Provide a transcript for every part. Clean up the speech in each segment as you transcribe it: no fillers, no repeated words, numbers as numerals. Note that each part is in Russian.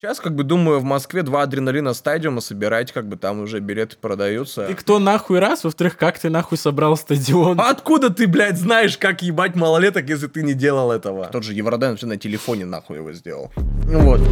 Сейчас, как бы, думаю, в Москве 2 адреналина стадиума собирать, как бы, там уже билеты продаются. И кто нахуй раз? Во-вторых, как ты нахуй собрал стадион? А откуда ты, блядь, знаешь, как ебать малолеток, если ты не делал этого? Тот же Евrodance все на телефоне нахуй его сделал. Ну вот.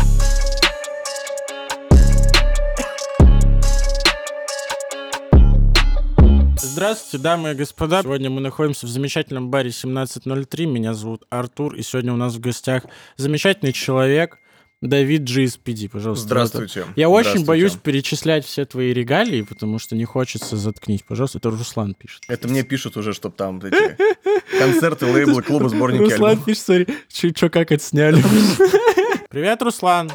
Здравствуйте, дамы и господа. Сегодня мы находимся в замечательном баре 1703. Меня зовут Артур, и сегодня у нас в гостях замечательный человек Давид GSPD. Пожалуйста. Здравствуйте. Я очень боюсь перечислять все твои регалии, потому что не хочется заткнись. Пожалуйста, это Руслан пишет. Это мне пишут уже, чтобы там эти концерты, лейблы, клубы, сборники Руслан альбомов. пишет, смотри, чё как отсняли. Привет, Руслан.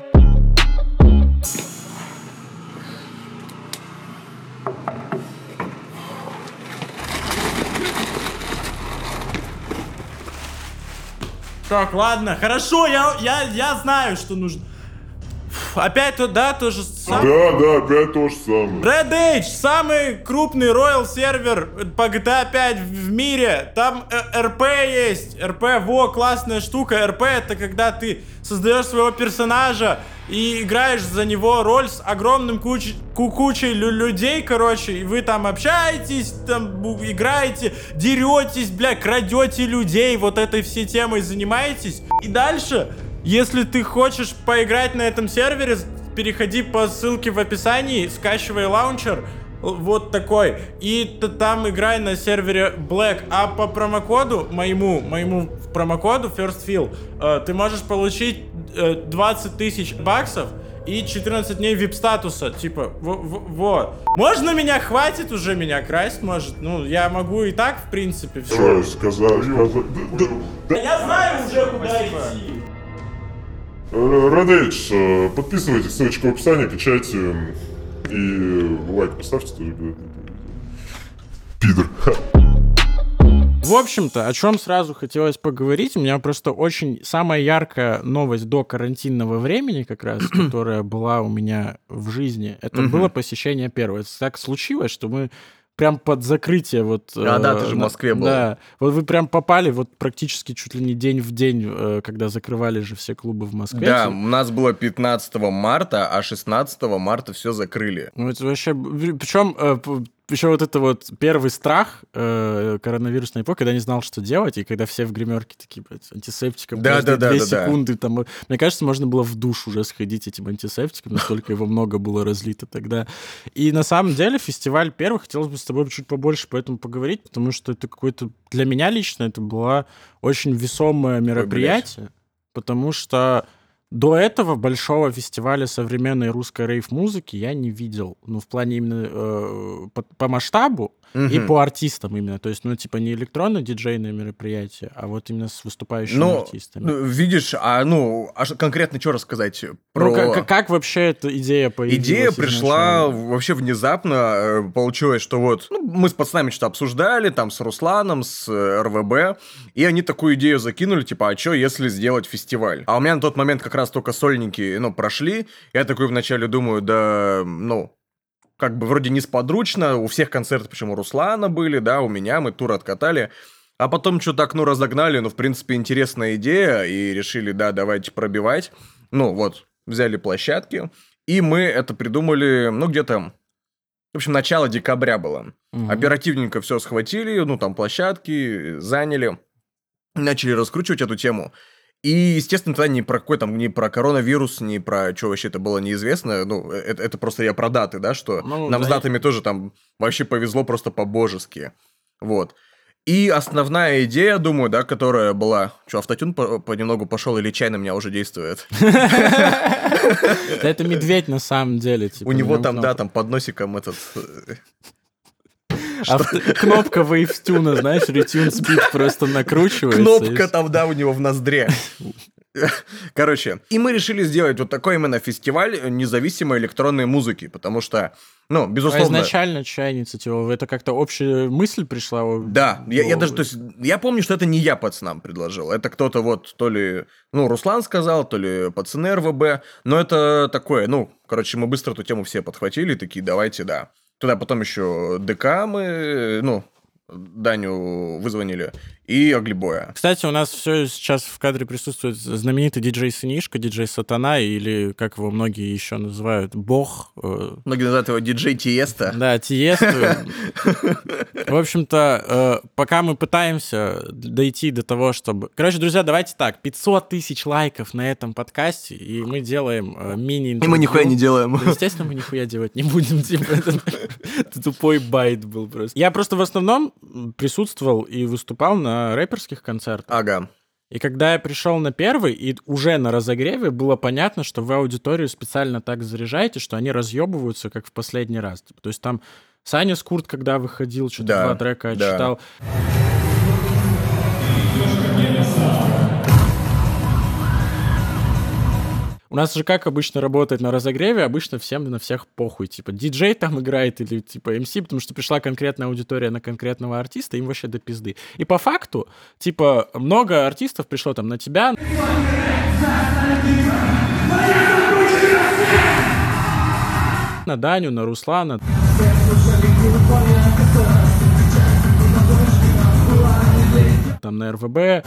Так, ладно, хорошо, я знаю, что нужно. Опять то, да, то же самое. Да, опять то же самое. Red Age, самый крупный Royal сервер по GTA 5 в мире. Там РП есть. РП, классная штука. РП — это когда ты создаешь своего персонажа и играешь за него роль с огромным кучей людей, короче, и вы там общаетесь, там играете, деретесь, бля, крадете людей, вот этой всей темой занимаетесь. И дальше, если ты хочешь поиграть на этом сервере, переходи по ссылке в описании, скачивай лаунчер, вот такой, и там играй на сервере Black. А по промокоду, моему промокоду First Feel, ты можешь получить 20 тысяч баксов и 14 дней VIP-статуса, типа, вот. Можно меня, хватит уже меня красть, может? Ну, я могу и так, в принципе, все. Сказал. Я знаю уже, куда идти. Red Age, подписывайтесь, ссылочка в описании, качайте и лайк поставьте тоже. Пидор. В общем-то, о чем сразу хотелось поговорить, у меня просто очень самая яркая новость до карантинного времени, как раз, которая была у меня в жизни, это было посещение первого. Это так случилось, что мы прям под закрытие вот... Да, ты же в Москве был. Да, вот вы прям попали вот практически чуть ли не день в день, когда закрывали же все клубы в Москве. Да, у нас было 15 марта, а 16 марта все закрыли. Ну, это вообще... Причем... Еще вот это вот первый страх коронавирусной эпохи, когда не знал, что делать, и когда все в гримерке такие, блядь, антисептиком, да, 2 секунды, там, мне кажется, можно было в душ уже сходить этим антисептиком, настолько его много было разлито тогда. И на самом деле фестиваль первый, хотелось бы с тобой чуть побольше по этому поговорить, потому что это какое-то, для меня лично, это было очень весомое мероприятие, потому что до этого большого фестиваля современной русской рейв-музыки я не видел. Ну, в плане именно по масштабу и по артистам именно. То есть, ну, типа не электронно-диджейное мероприятие, а вот именно с выступающими артистами. Ну, видишь, конкретно что рассказать? Как вообще эта идея появилась? Идея пришла вообще внезапно. Получилось, что вот мы с пацанами что-то обсуждали, там, с Русланом, с РВБ, и они такую идею закинули, типа, а что, если сделать фестиваль? А у меня на тот момент как раз только сольники, прошли. Я такой вначале думаю, как бы вроде несподручно, у всех концерты, почему у Руслана были, да, у меня, мы тур откатали. А потом что-то разогнали, в принципе, интересная идея, и решили, да, давайте пробивать. Взяли площадки, и мы это придумали, где-то, в общем, начало декабря было. Оперативненько все схватили, площадки заняли, начали раскручивать эту тему. И, естественно, тогда ни про коронавирус, ни про что вообще это было неизвестно. Это просто я про даты, да, что нам с датами тоже там вообще повезло просто по-божески. Вот. И основная идея, думаю, да, которая была... Автотюн понемногу пошел или чайно меня уже действует? Это медведь на самом деле. У него там, да, там под носиком этот... Кнопка вейвтюна, знаешь, ретюн спид просто накручивается. Кнопка там, да, у него в ноздре. Короче, и мы решили сделать вот такой именно фестиваль независимой электронной музыки, потому что, безусловно... А изначально чья инициатива? Это как-то общая мысль пришла? Да, я даже, то есть, я помню, что это не я пацанам предложил, это кто-то вот, то ли, Руслан сказал, то ли пацаны РВБ, но это такое, мы быстро эту тему все подхватили, такие, давайте, да. Туда потом еще ДК мы, Даню вызвонили, и Оглибоя. Кстати, у нас все сейчас в кадре присутствует знаменитый диджей Сынишка, диджей Сатана, или, как его многие еще называют, Бог. Многие называют его диджей Тиеста. Да, Тиеста. В общем-то, пока мы пытаемся дойти до того, чтобы... Короче, друзья, давайте так, 500 тысяч лайков на этом подкасте, и мы делаем мини-интервью. И мы нихуя не делаем. Да, естественно, мы нихуя делать не будем, типа, это тупой байт был просто. Я просто в основном присутствовал и выступал на рэперских концертах. Ага. И когда я пришел на первый, и уже на разогреве было понятно, что вы аудиторию специально так заряжаете, что они разъебываются, как в последний раз. То есть там Саня Скурт, когда выходил, что-то 2 трека отчитал. У нас же как обычно работает на разогреве, обычно всем на всех похуй. Типа, диджей там играет или типа МС, потому что пришла конкретная аудитория на конкретного артиста, им вообще до пизды. И по факту, типа, много артистов пришло там на тебя. На Даню, на Руслана. Там на РВБ.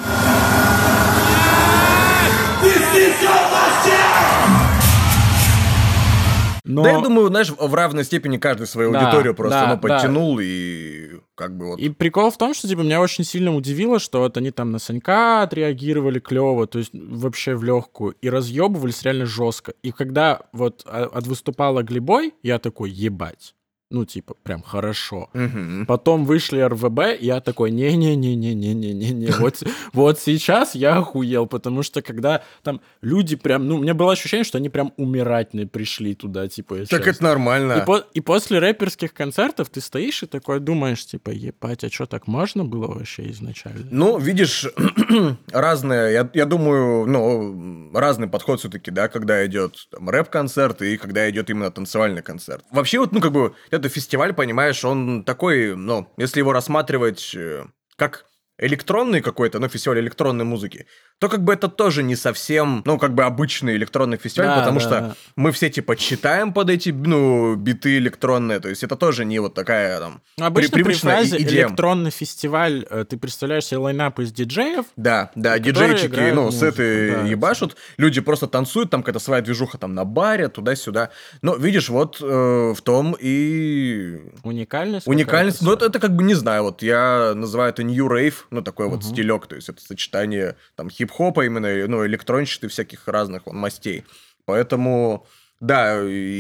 Но... Да, я думаю, знаешь, в равной степени каждый свою аудиторию просто подтянул и как бы вот... И прикол в том, что типа меня очень сильно удивило, что вот они там на Санька отреагировали клево, то есть вообще в легкую, и разъебывались реально жестко. И когда вот отвыступала Глибой, я такой, ебать. Ну, типа, прям хорошо. Потом вышли РВБ, я такой, не-не-не-не-не-не-не-не. Вот сейчас я охуел, потому что когда там люди прям... Ну, у меня было ощущение, что они прям умирать не пришли туда, типа... Так это нормально. И после рэперских концертов ты стоишь и такой думаешь, типа, ебать, а что, так можно было вообще изначально? Ну, видишь, разные, я думаю, ну, разный подход все-таки, да, когда идет там рэп-концерт и когда идет именно танцевальный концерт. Вообще вот, ну, как бы, это фестиваль, понимаешь, он такой, ну, если его рассматривать как электронный какой-то, ну, фестиваль электронной музыки, то как бы это тоже не совсем, ну, как бы обычный электронный фестиваль, да, потому что мы все, типа, читаем под эти, ну, биты электронные, то есть это тоже не вот такая, там, обычно привычная при фразе идея. Электронный фестиваль, ты представляешь себе лайнап из диджеев. Да, диджейчики, ну, сеты да, ебашут, люди просто танцуют, там какая-то своя движуха там на баре, туда-сюда. Но, видишь, вот в том и... Уникальность, ну, это как бы, не знаю, вот я называю это New Rave, ну, такой вот стилек, то есть это сочетание, там, хип-хопа именно, ну, электронщины всяких разных мастей. Поэтому, да,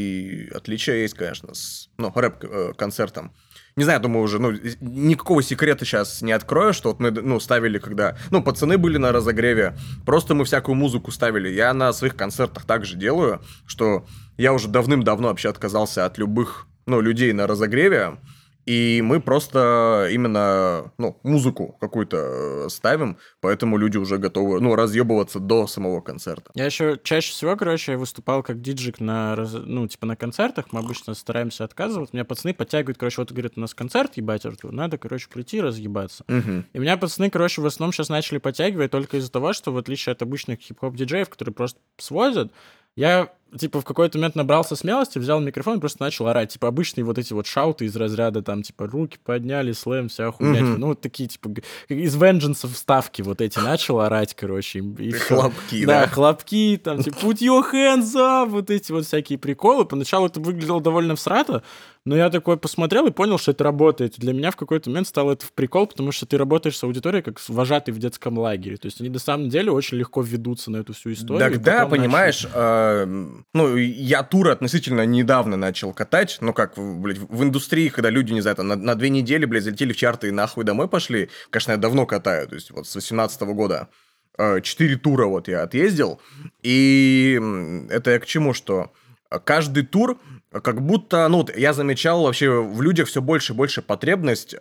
и отличие есть, конечно, с, ну, рэп-концертом. Не знаю, думаю, уже, ну, никакого секрета сейчас не открою, что вот мы, ну, ставили, когда, ну, пацаны были на разогреве, просто мы всякую музыку ставили. Я на своих концертах также делаю, что я уже давным-давно вообще отказался от любых, ну, людей на разогреве, и мы просто именно, ну, музыку какую-то ставим, поэтому люди уже готовы, ну, разъебываться до самого концерта. Я еще чаще всего, короче, выступал как диджик на, ну, типа на концертах, мы обычно стараемся отказывать. Меня пацаны подтягивают, короче, вот, говорят, у нас концерт, ебать, Артур, надо, короче, прийти разъебаться. И меня пацаны, короче, в основном сейчас начали подтягивать только из-за того, что в отличие от обычных хип-хоп-диджеев, которые просто сводят, я, типа, в какой-то момент набрался смелости, взял микрофон и просто начал орать. Типа, обычные вот эти вот шауты из разряда, там, типа, руки подняли, слэм, вся хуйня. Ну, вот такие, типа, из Vengeance вставки вот эти начал орать, короче. И хлопки, да? Да, хлопки, там, типа, put your hands up, вот эти вот всякие приколы. Поначалу это выглядело довольно всрато, но я такой посмотрел и понял, что это работает. Для меня в какой-то момент стало это в прикол, потому что ты работаешь с аудиторией как вожатый в детском лагере. То есть они на самом деле очень легко ведутся на эту всю историю. Тогда, понимаешь, ну, я туры относительно недавно начал катать, ну, как, блядь, в индустрии, когда люди, не знаю, там, на 2 недели, блядь, залетели в чарты и нахуй домой пошли, конечно, я давно катаю, то есть вот с 18-го года 4 тура вот я отъездил, и это я к чему, что каждый тур как будто, ну, вот я замечал вообще в людях все больше и больше потребность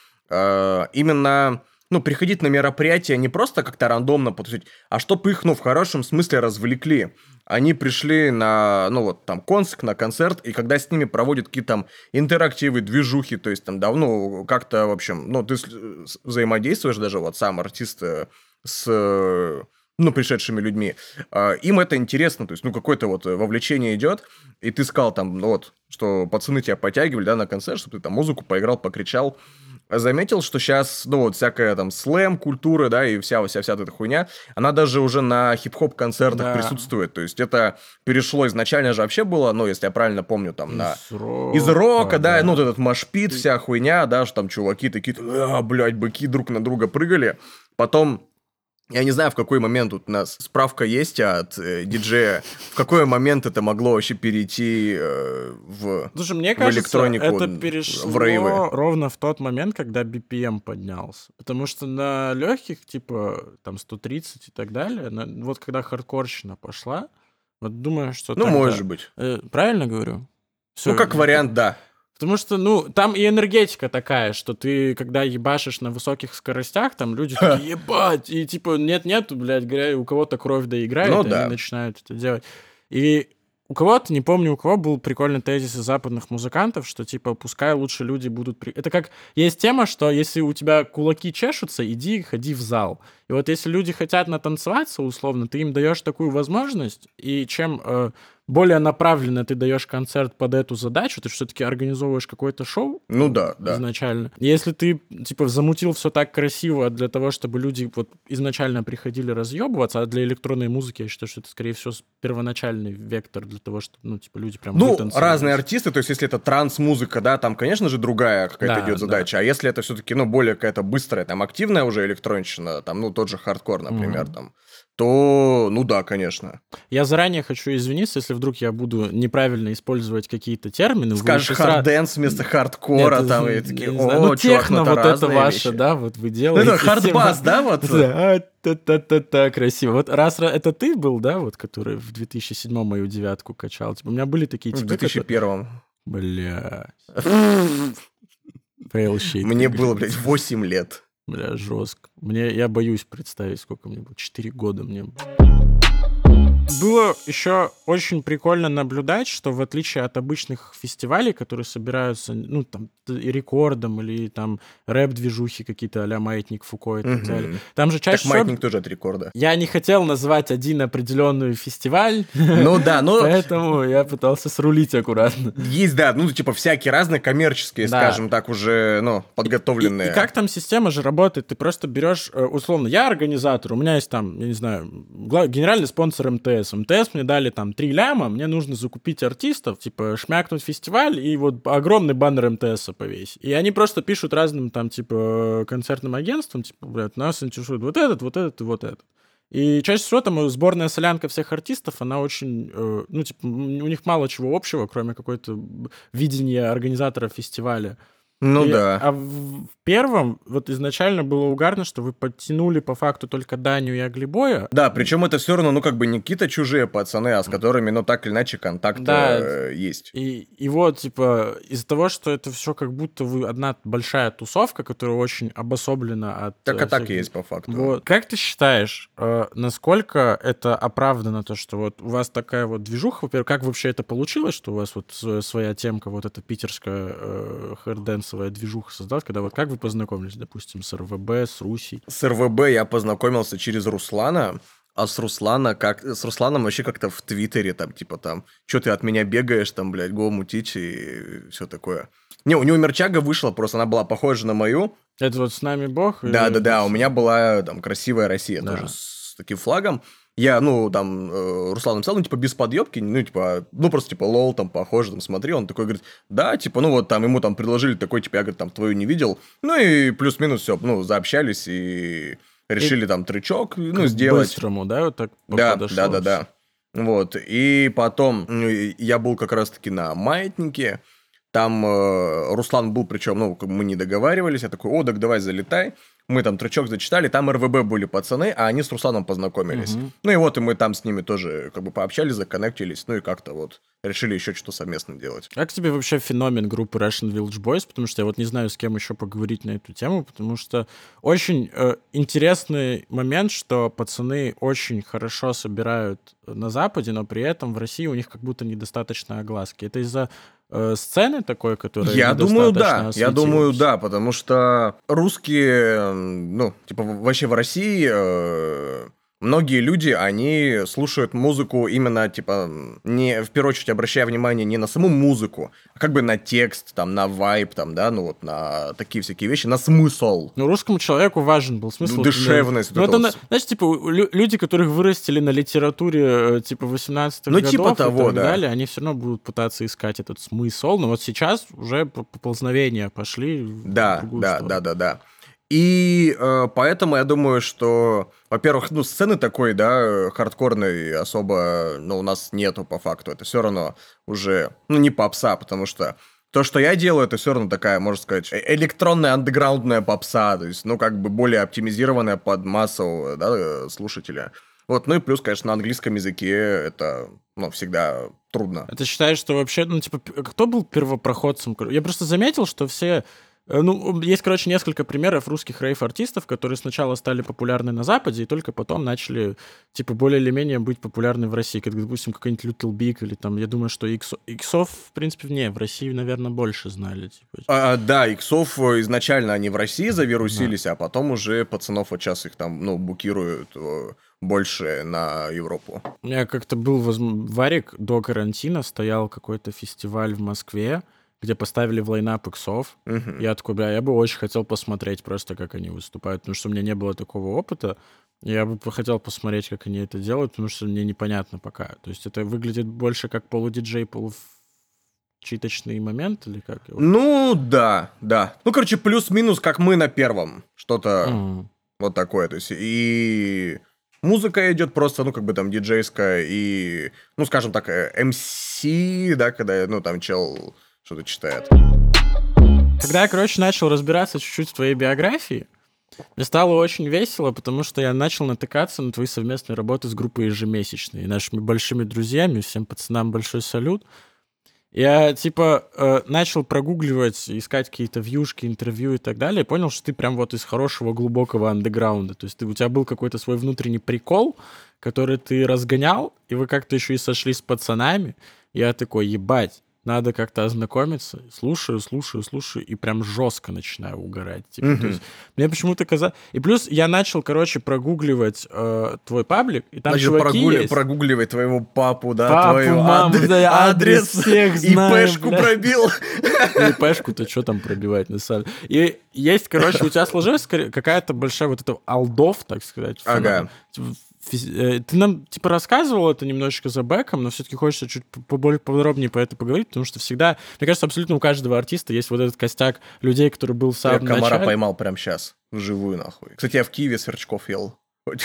именно... Ну, приходить на мероприятия не просто как-то рандомно потусить, а чтобы их, ну, в хорошем смысле развлекли. Они пришли на, ну, вот, там, на концерт, и когда с ними проводят какие-то там интерактивы, движухи, то есть там давно как-то, в общем, ну, ты взаимодействуешь даже, вот, сам артист с, ну, пришедшими людьми, им это интересно, то есть, ну, какое-то вот вовлечение идет, и ты сказал там, ну, вот, что пацаны тебя подтягивали, да, на концерт, чтобы ты там музыку поиграл, покричал. заметил, что сейчас, ну, вот всякая там слэм-культура, да, и вся эта хуйня, она даже уже на хип-хоп-концертах присутствует. То есть это перешло изначально же вообще было, ну, если я правильно помню, там, из рока, да, ну, вот этот машпит, вся хуйня, да, что там чуваки такие, блядь, быки друг на друга прыгали. Потом... Я не знаю, в какой момент тут у нас справка есть от диджея, в какой момент это могло вообще перейти Слушай, мне кажется, электронику, это перешло в рейвы. Ровно в тот момент, когда BPM поднялся. Потому что на легких, типа, там, 130 и так далее, вот когда хардкорщина пошла, вот думаю, что Ну, тогда... может быть. Правильно говорю? Всё, Ну, как вариант, да. Потому что, ну, там и энергетика такая, что ты, когда ебашишь на высоких скоростях, там люди такие, ебать, и типа, нет, блядь, у кого-то кровь доиграет, Ну и да. они начинают это делать. И у кого-то, не помню у кого, был прикольный тезис из западных музыкантов, что, типа, пускай лучше люди будут... Это как... Есть тема, что если у тебя кулаки чешутся, ходи в зал. И вот если люди хотят натанцеваться, условно, ты им даешь такую возможность, и чем... более направленно ты даешь концерт под эту задачу, ты все-таки организовываешь какое-то шоу. Ну да. Изначально. Если ты, типа, замутил все так красиво для того, чтобы люди вот изначально приходили разъебываться, а для электронной музыки я считаю, что это, скорее всего, первоначальный вектор для того, чтобы, ну, типа, люди прям вытанцевались. Разные артисты, то есть если это транс-музыка, да, там, конечно же, другая какая-то идет задача, а если это все-таки, ну, более какая-то быстрая, там, активная уже электронщина, там, ну, тот же хардкор, например, там, то, ну да, конечно. Я заранее хочу извиниться, если вдруг я буду неправильно использовать какие-то термины. Скажешь хардденс вместо хардкора, Нет, там, и такие, ну, техно, вот это ваше, вещи. да, вот вы делаете. Ну, это хардбас, да, вот? Да, красиво. Вот раз это ты был, да, вот, который в 2007-м мою девятку качал? Типа, у меня были такие типы... В 2001-м. Бля. Фейл-щит. Мне было, блядь, 8 лет. Бля, жестко. Я боюсь представить, сколько мне было. 4 года мне было. Было еще очень прикольно наблюдать, что в отличие от обычных фестивалей, которые собираются, ну, там, рекордом или там рэп-движухи какие-то а-ля Маятник, Фуко и так далее. Там же чаще всего... Маятник тоже от рекорда. Я не хотел назвать один определенный фестиваль. Ну да, но... Поэтому я пытался срулить аккуратно. Есть, да, ну, типа, всякие разные коммерческие, скажем так, уже, ну, подготовленные. И как там система же работает? Ты просто берешь, условно, я организатор, у меня есть там, я не знаю, генеральный спонсор МТС. МТС мне дали там 3 ляма, мне нужно закупить артистов, типа, шмякнуть фестиваль и вот огромный баннер МТСа повесить. И они просто пишут разным там, типа, концертным агентствам, типа, блядь, нас интересует вот этот и вот этот. И чаще всего там сборная солянка всех артистов, она очень, ну, типа, у них мало чего общего, кроме какой-то видения организатора фестиваля. Ну да. А в первом вот изначально было угарно, что вы подтянули по факту только Даню и Аглибоя. Да, причем это все равно, ну, как бы не какие-то чужие пацаны, а с которыми, ну, так или иначе контакт есть. И вот, типа, из-за того, что это все как будто вы одна большая тусовка, которая очень обособлена от... Так и есть по факту. Вот. Как ты считаешь, насколько это оправдано, то, что вот у вас такая вот движуха, во-первых, как вообще это получилось, что у вас вот своя темка, вот эта питерская хардденсовая движуха создалась, когда вот как вы познакомились, допустим, с РВБ, с Русей? С РВБ я познакомился через Руслана, а с Русланом вообще как-то в Твиттере, там, типа, там, что ты от меня бегаешь, там, блядь, го мутить и все такое. Не, у него мерчага вышла, просто она была похожа на мою. Это вот «С нами Бог»? Да, у меня была, там, «Красивая Россия», тоже с таким флагом. Я, ну, там, Руслан написал, ну, типа, без подъебки, ну, типа, ну, просто, типа, лол, там, похоже, там, смотри, он такой говорит, да, типа, ну, вот, там, ему, там, предложили такой, типа, я, говорит, там, твою не видел, ну, и плюс-минус все, ну, заобщались и решили, там, тречок, ну, сделать. Быстрому, да, вот так подошел? Да. Вот, и потом я был как раз-таки на Маятнике, там Руслан был, причем, ну, мы не договаривались, я такой, о, так давай залетай. Мы там тречок зачитали, там РВБ были пацаны, а они с Русланом познакомились. Ну и вот, и мы там с ними тоже как бы пообщались, законнектились, ну и как-то вот решили еще что-то совместно делать. Как тебе вообще феномен группы Russian Village Boys? Потому что я вот не знаю, с кем еще поговорить на эту тему, потому что очень интересный момент, что пацаны очень хорошо собирают на Западе, но при этом в России у них как будто недостаточно огласки. Это из-за сцены такой, которая Я думаю, да, потому что русские, ну, типа, вообще в России многие люди, они слушают музыку именно, типа, не в первую очередь обращая внимание не на саму музыку, а как бы на текст, там, на вайб, там, да, ну вот на такие всякие вещи, на смысл. Ну, русскому человеку важен был смысл. Душевность. Ну, это, знаешь, типа, люди, которых вырастили на литературе, типа, 18-х ну, годов типа того, и так далее, они все равно будут пытаться искать этот смысл. Но вот сейчас уже поползновения пошли в другую сторону. Да. И поэтому я думаю, что, во-первых, ну, сцены такой, да, хардкорной особо, ну, у нас нету по факту. Это все равно уже, ну, не попса, потому что то, что я делаю, это все равно такая, можно сказать, электронная андеграундная попса, то есть, ну, как бы более оптимизированная под массового, да, слушателя. Вот, ну и плюс, конечно, на английском языке это, ну, всегда трудно. А ты считаешь, что вообще, ну, типа, кто был первопроходцем? Я просто заметил, что все... Ну, есть, короче, несколько примеров русских рейв-артистов, которые сначала стали популярны на Западе, и только потом начали, типа, более или менее быть популярны в России. Как, допустим, какой-нибудь Little Big, или там, я думаю, что Иксов, в принципе, в России, наверное, больше знали. Типа. Да, Иксов изначально они в России завирусились, а потом уже пацанов вот сейчас их там, ну, букируют больше на Европу. У меня как-то был Варик до карантина, стоял какой-то фестиваль в Москве, где поставили в лайнап иксов. Я такой, я бы очень хотел посмотреть просто, как они выступают, потому что у меня не было такого опыта. Я бы хотел посмотреть, как они это делают, потому что мне непонятно пока. То есть это выглядит больше как полудиджей, получиточный момент или как? Ну, да. Ну, короче, плюс-минус, как мы на первом. Что-то вот такое. То есть и... Музыка идет просто, ну, как бы там диджейская и, ну, скажем так, MC, да, когда, ну, там чел что-то читает. Когда я, короче, начал разбираться чуть-чуть в твоей биографии, мне стало очень весело, потому что я начал натыкаться на твои совместные работы с группой «Ежемесячные», нашими большими друзьями, всем пацанам большой салют. Я, типа, начал прогугливать, искать какие-то вьюшки, интервью и так далее, и понял, что ты прям вот из хорошего, глубокого андеграунда. То есть у тебя был какой-то свой внутренний прикол, который ты разгонял, и вы как-то еще и сошли с пацанами. Я такой, ебать, надо как-то ознакомиться. Слушаю, и прям жестко начинаю угорать. Типа, то есть, мне почему-то казалось... И плюс я начал, короче, прогугливать твой паблик, и там значит, чуваки есть. Прогугливай твоего папу, да, Папу, твою маму, адрес всех знаю, ИПшку пробил. ИПшку-то что там пробивать, на самом деле? И есть, короче, у тебя сложилась какая-то большая вот эта алдов, так сказать. Ага. Ты нам, типа, рассказывал это немножечко за бэком, но все-таки хочется чуть поболее подробнее про это поговорить, потому что всегда, мне кажется, абсолютно у каждого артиста есть вот этот костяк людей, который был в самом начале. Я комара поймал прямо сейчас, вживую, нахуй. Кстати, я в Киеве сверчков ел.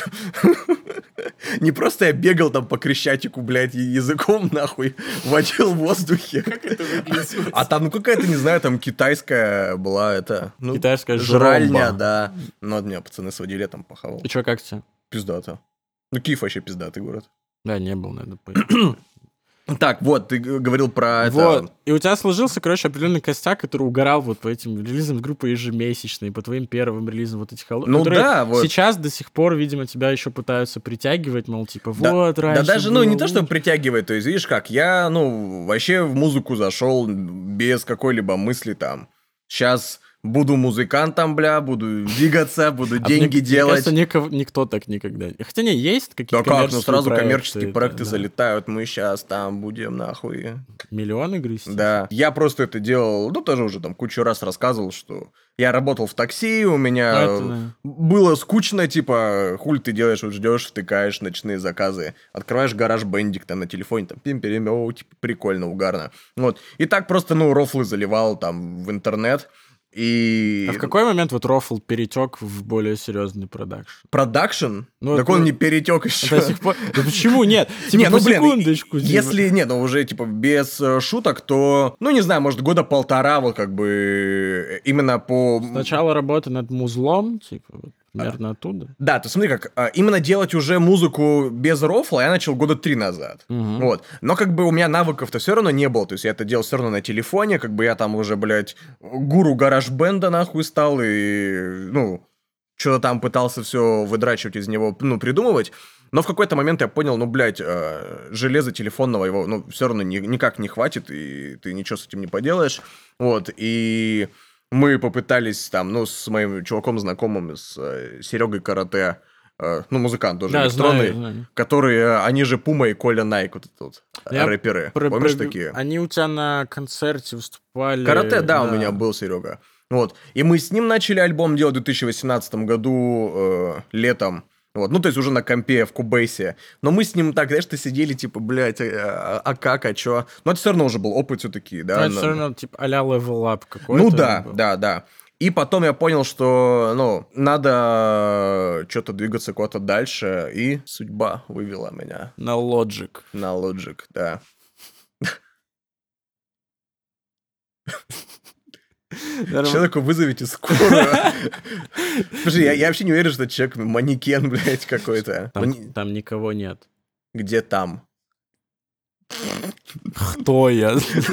Не просто я бегал там по Крещатику, блядь, языком, нахуй, водил в воздухе. Как это выглядит? А там, ну, какая-то, не знаю, там китайская была, это... Ну, китайская жральня, да. Ну, вот меня пацаны сводили, я там похавал. И чё, как тебе? Пиздато. Ну, Киев вообще пиздатый город. Да, не был, наверное. Так, вот, ты говорил про это. Вот, и у тебя сложился, короче, определенный костяк, который угорал вот по этим релизам группы «Ежемесячные», по твоим первым релизам вот этих ну, да, вот. Сейчас до сих пор, видимо, тебя еще пытаются притягивать, мол, типа, вот, раньше да даже, было ну, не то, лучше. что притягивает, то есть, видишь как, я, ну, вообще в музыку зашел без какой-либо мысли там. Сейчас... Буду музыкантом, бля, буду двигаться, буду деньги делать. Мне кажется, никто так никогда. Хотя не, есть какие-то коммерческие проекты. Да как, ну сразу проекты, коммерческие проекты залетают, мы сейчас там будем нахуй. Миллионы грести? Да. Я просто это делал, ну тоже уже там кучу раз рассказывал, что я работал в такси, у меня было скучно, типа, хуль ты делаешь, вот ждешь, втыкаешь ночные заказы, открываешь гараж-бендик там на телефоне, там пим-перем, типа, прикольно, угарно. Вот. И так просто, ну, рофлы заливал там в интернет. И... А в какой момент вот рофл перетек в более серьезный продакшн? Продакшн? Ну, так он не перетек еще. До сих пор... Да почему нет? Типа, не, ну, блин, секундочку. Если, нет, ну, уже, типа, без шуток, то, ну, не знаю, может, года полтора, вот, как бы, именно по... Сначала работа над музлом, типа, вот, примерно оттуда. Да, ты смотри, как, именно делать уже музыку без рофла я начал года 3 назад. Вот. Но, как бы, у меня навыков-то все равно не было, то есть я это делал все равно на телефоне, как бы, я там уже, блядь, гуру гараж-бенда, нахуй, стал, и, ну... Что-то там пытался все выдрачивать из него, ну, придумывать. Но в какой-то момент я понял, ну, блядь, железа телефонного его, ну, все равно никак не хватит, и ты ничего с этим не поделаешь. Вот, и мы попытались там, ну, с моим чуваком знакомым, с Серегой Карате, музыкант тоже Да, электронный, знаю. которые, они же Пума и Коля Найк, вот это вот, рэперы. Помнишь такие? Они у тебя на концерте выступали. Карате, да, у меня был, Серега. Вот. И мы с ним начали альбом делать в 2018 году летом. Вот. Ну, то есть уже на компе, в Кубейсе. Но мы с ним так, знаешь, сидели, типа, блядь, а как, а чё? Но это все равно уже был опыт все-таки, да? Это все равно, типа, а-ля level up какой-то. Ну да. И потом я понял, что, надо что-то двигаться куда-то дальше, и судьба вывела меня. На Logic. На Logic, да. Человеку вызовите скорую. Слушай, я вообще не уверен, что человек манекен, блядь, какой-то. Там никого нет. Где там? Кто я?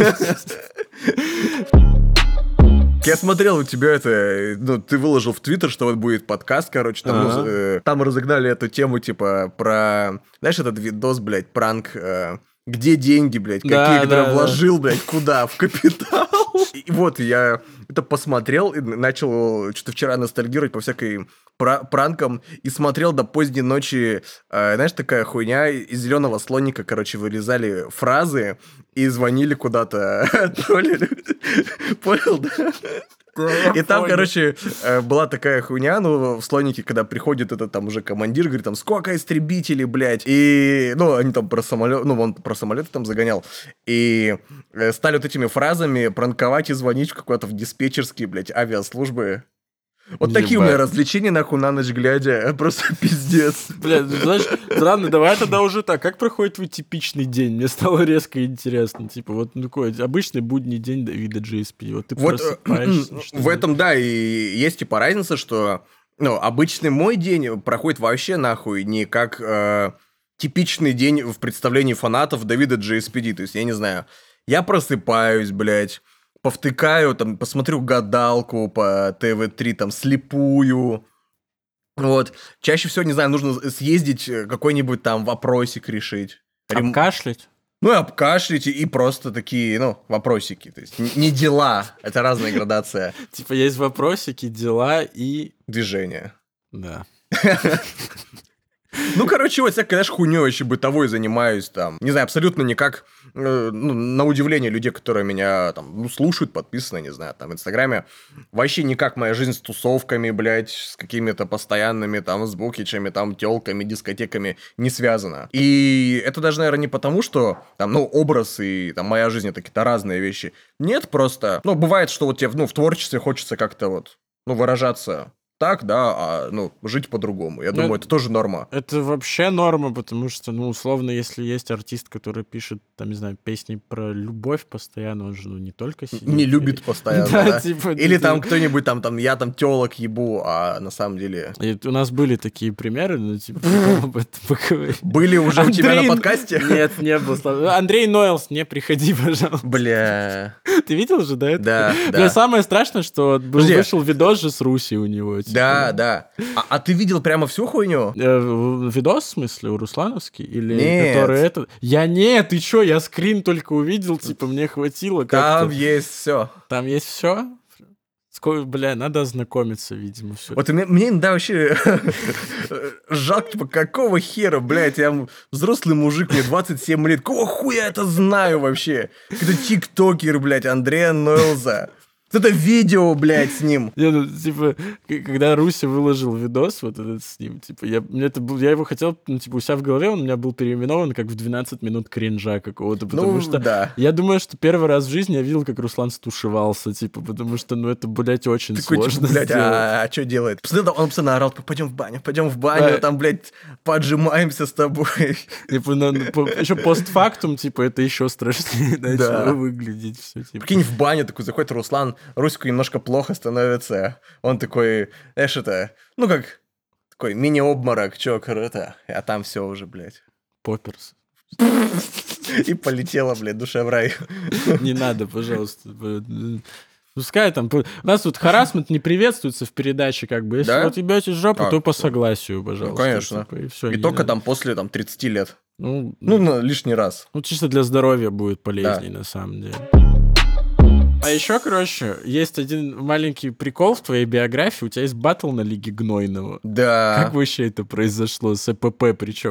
Я смотрел, у тебя ты выложил в Твиттер, что вот будет подкаст, короче, там разогнали эту тему, типа, про, знаешь, этот видос, блядь, пранк, где деньги, блядь, какие, которые вложил, блядь, куда? В капитал. И вот я это посмотрел и начал что-то вчера ностальгировать по всякой пранкам и смотрел до поздней ночи, знаешь, такая хуйня, из зеленого слоника, короче, вырезали фразы и звонили куда-то, троллили. Понял, да? И там, короче, была такая хуйня, в слонике, когда приходит этот там уже командир, говорит, там, сколько истребителей, блядь, и, они там про самолет, он про самолеты там загонял, и стали вот этими фразами пранковать и звонить куда-то в диспетчерские, блядь, авиаслужбы. Вот такие у меня развлечения, нахуй, на ночь глядя, просто пиздец. Блядь, знаешь, странно, давай тогда уже так, как проходит твой типичный день? Мне стало резко интересно, типа, вот такой обычный будний день Давида GSP, вот ты просыпаешься. В этом, да, и есть, типа, разница, что, обычный мой день проходит вообще, нахуй, не как типичный день в представлении фанатов Давида GSPD, то есть, я не знаю, я просыпаюсь, блядь, повтыкаю, там, посмотрю гадалку по ТВ-3, там, слепую. Вот. Чаще всего, не знаю, нужно съездить, какой-нибудь там вопросик решить. Обкашлять? И обкашлять, и просто такие, вопросики. То есть не дела, это разная градация. Типа есть вопросики, дела и... Движения. Да. Короче, вот всякой, знаешь, хуйнёй вообще бытовой занимаюсь, там, не знаю, абсолютно никак, на удивление людей, которые меня, там, слушают, подписаны, не знаю, там, в Инстаграме, вообще никак моя жизнь с тусовками, блядь, с какими-то постоянными, там, с букичами, там, тёлками, дискотеками не связана. И это даже, наверное, не потому, что, там, образ и, там, моя жизнь — это какие-то разные вещи. Нет, просто, бывает, что вот тебе, в творчестве хочется как-то вот, выражаться так, да, жить по-другому. Я думаю, это тоже норма. Это вообще норма, потому что, условно, если есть артист, который пишет, там, не знаю, песни про любовь постоянно, он же, не только сидит. Не любит постоянно, да? Или там кто-нибудь там, я там тёлок ебу, а на самом деле... И у нас были такие примеры, об этом поговорить. Были уже у тебя на подкасте? Нет, не было. Андрей Нойлс, не приходи, пожалуйста. Бля... Ты видел же, да? Да. Бля, самое страшное, что вышел видос же с Руси у него. Да. А ты видел прямо всю хуйню? Видос, в смысле, у Руслановский? Или нет. Который это? Нет, ты чё, я скрин только увидел, мне хватило как-то. Там есть все. Там есть все? Бля, надо ознакомиться, видимо, все. Вот мне иногда вообще жалко, типа, какого хера, блядь, я взрослый мужик, мне 27 лет, какого хуя я это знаю вообще? Это тиктокер, блядь, Андрея Нойлза. Это видео, блядь, с ним. Когда Руся выложил видос вот этот с ним, я его хотел, у себя в голове, он у меня был переименован как в 12 минут кринжа какого-то, потому что да. Я думаю, что первый раз в жизни я видел, как Руслан стушевался, потому что, это, блядь, очень сложно блядь, сделать. А что делает? Он постоянно орал, пойдем в баню, там, блядь, поджимаемся с тобой. Еще постфактум, это еще страшнее начало выглядеть все. Прикинь, в баню такой заходит Руслан, Руську немножко плохо становится. Он такой, знаешь, как такой мини-обморок, чё, круто. А там все уже, блядь. Попперс. И полетела, блядь, душа в рай. Не надо, пожалуйста. Пускай там... У нас тут харассмент не приветствуется в передаче, как бы. Если вот ебете жопу, то по согласию, пожалуйста. Конечно. И только там после 30 лет. Ну, лишний раз. Чисто для здоровья будет полезней, на самом деле. А еще, короче, есть один маленький прикол в твоей биографии. У тебя есть баттл на Лиге Гнойного. Да. Как вообще это произошло? С ЭПП причем?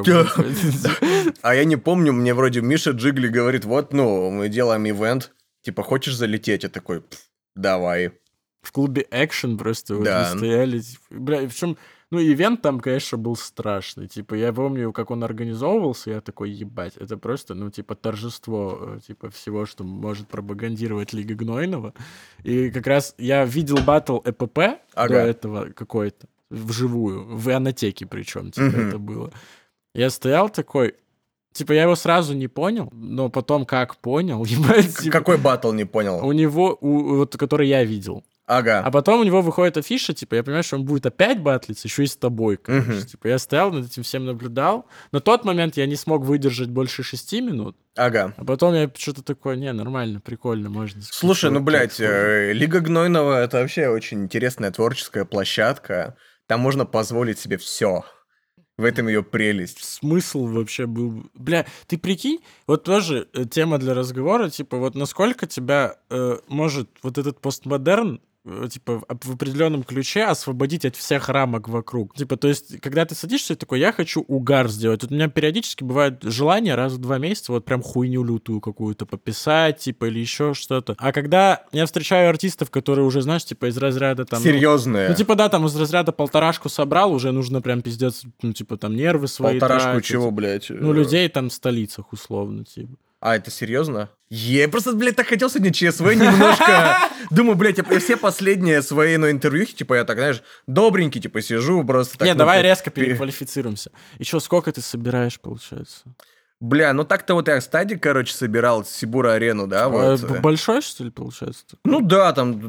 А я не помню, мне вроде Миша Джигли говорит, вот, ну, мы делаем ивент, типа, хочешь залететь? Я такой, давай. В клубе Action просто вот Да. мы стояли. Бля, причем, ну, ивент там, конечно, был страшный. Типа, я помню, как он организовывался, я такой, ебать, это просто, ну, типа, торжество, типа, всего, что может пропагандировать Лига Гнойного. И как раз я видел баттл ЭПП до этого какой-то, вживую, в Ионотеке причем, типа, это было. Я стоял такой... Типа, я его сразу не понял, но потом как понял, ебать... Типа, какой баттл не понял? У него, вот, который я видел. Ага. А потом у него выходит афиша, типа, я понимаю, что он будет опять батлиться, еще и с тобой, короче. Типа, я стоял над этим всем наблюдал. На тот момент я не смог выдержать больше 6 минут. Ага. А потом я что-то такое, не, нормально, прикольно, можно. Слушай, ну, блядь, Лига Гнойного — это вообще очень интересная творческая площадка. Там можно позволить себе все. В этом ее прелесть. Смысл вообще был... Бля, ты прикинь, вот тоже тема для разговора, типа, вот насколько тебя может вот этот постмодерн типа, в определенном ключе освободить от всех рамок вокруг. Типа, то есть, когда ты садишься, ты такой, я хочу угар сделать. Вот у меня периодически бывает желание раз в 2 месяца вот прям хуйню лютую какую-то пописать, типа, или еще что-то. А когда я встречаю артистов, которые уже, знаешь, типа, из разряда там... Серьезные. Ну, типа, да, там из разряда 1,5 собрал, уже нужно прям пиздец, ну, типа, там, нервы свои 1,5 тратить. чего, блядь? Ну, людей там в столицах, условно, типа. А, это серьезно? Я просто, блядь, так хотел сегодня ЧСВ немножко. Думаю, блядь, я все последние свои, ну, интервьюхи, типа, я так, знаешь, добренький, типа, сижу просто так... Не, давай резко переквалифицируемся. И что, сколько ты собираешь, получается? Бля, ну так-то вот я стадик, короче, собирал Сибура-арену, да, вот. Большой, что ли, получается? Такой? Ну да, там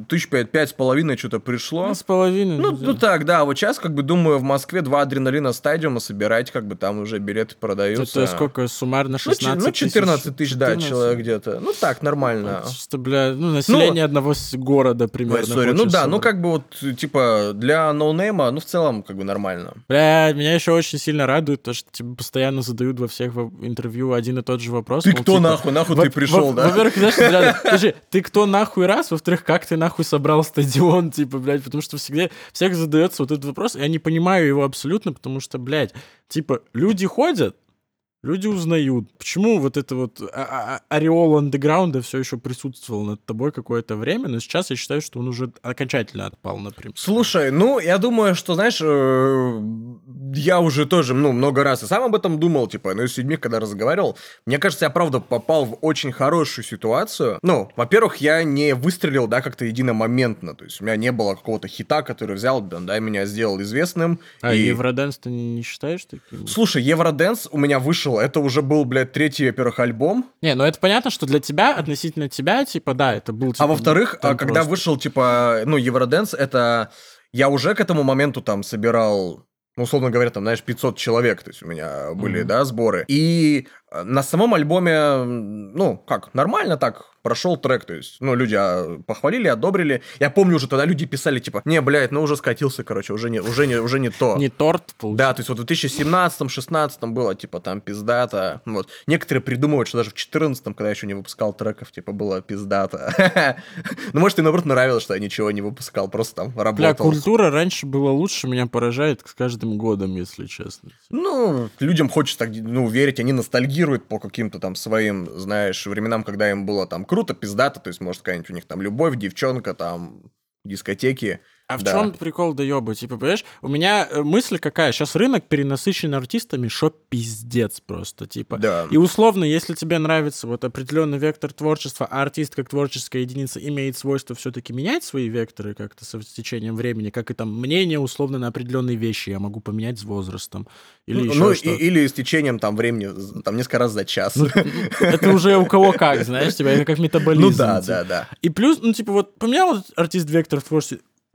5,5 что-то пришло. 5,5. Ну так, да, вот сейчас, как бы, думаю, в Москве 2 адреналина стадиума собирать, как бы, там уже билеты продаются. Это сколько, суммарно 16 ну, 14 тысяч, да, человек где-то. Ну так, нормально. Просто, бля, ну, население одного города примерно. Ой, ну да, ну как бы вот, типа, для ноунейма, ну в целом, как бы, нормально. Бля, меня еще очень сильно радует то, что тебе постоянно задают во всех интервью один и тот же вопрос. Ты кто нахуй ты пришел, да? Во-первых, знаешь, подожди, ты кто нахуй раз, во-вторых, как ты нахуй собрал стадион, типа, блядь, потому что всех задается вот этот вопрос, я не понимаю его абсолютно, потому что, блядь, типа, люди ходят, люди узнают. Почему вот это вот ореол андеграунда все еще присутствовал над тобой какое-то время, но сейчас я считаю, что он уже окончательно отпал, например. Слушай, ну, я думаю, что, знаешь, я уже тоже, ну, много раз и сам об этом думал, типа, ну, и с людьми, когда разговаривал, мне кажется, я, правда, попал в очень хорошую ситуацию. Ну, во-первых, я не выстрелил, да, как-то единомоментно, то есть у меня не было какого-то хита, который взял, да, меня сделал известным. А Евродэнс ты не считаешь таким? Слушай, Евродэнс у меня вышел, это уже был, блядь, 3-й, во-первых, альбом. Не, ну это понятно, что для тебя, относительно тебя, типа, да, это был, типа... А во-вторых, когда вышел, типа, ну, Евродэнс, это... Я уже к этому моменту там собирал... Ну, условно говоря, там, знаешь, 500 человек, то есть у меня были, да, сборы. И на самом альбоме, ну, как, нормально так прошел трек, то есть, ну, люди похвалили, одобрили. Я помню, уже тогда люди писали, типа, не, блядь, ну, уже скатился, короче, уже не то. Не торт, получается. Да, то есть вот в 2017-16 было, типа, там, пиздато. Вот. Некоторые придумывают, что даже в 2014, когда я еще не выпускал треков, типа, было пиздато. Ну, может, им, наоборот, нравилось, что я ничего не выпускал, просто там работал. Бля, культура раньше была лучше, меня поражает с каждым годом, если честно. Ну, людям хочется так, ну, верить, они ностальгируют по каким-то там своим, знаешь, временам, когда им было там круто, пиздато, то есть, может, какая-нибудь у них там любовь, девчонка, там, дискотеки. А в чем прикол доёба? Типа, понимаешь, у меня мысль какая, сейчас рынок перенасыщен артистами, шо пиздец просто, типа. Да. И условно, если тебе нравится вот определенный вектор творчества, а артист как творческая единица имеет свойство все-таки менять свои векторы как-то с течением времени, как и там мнение условно на определенные вещи я могу поменять с возрастом. Или еще что-то. Или с течением там времени, там несколько раз за час. Ну, это уже у кого как, знаешь, типа, это как метаболизм. Ну да. И плюс, ну типа вот поменял артист вектор в творчестве,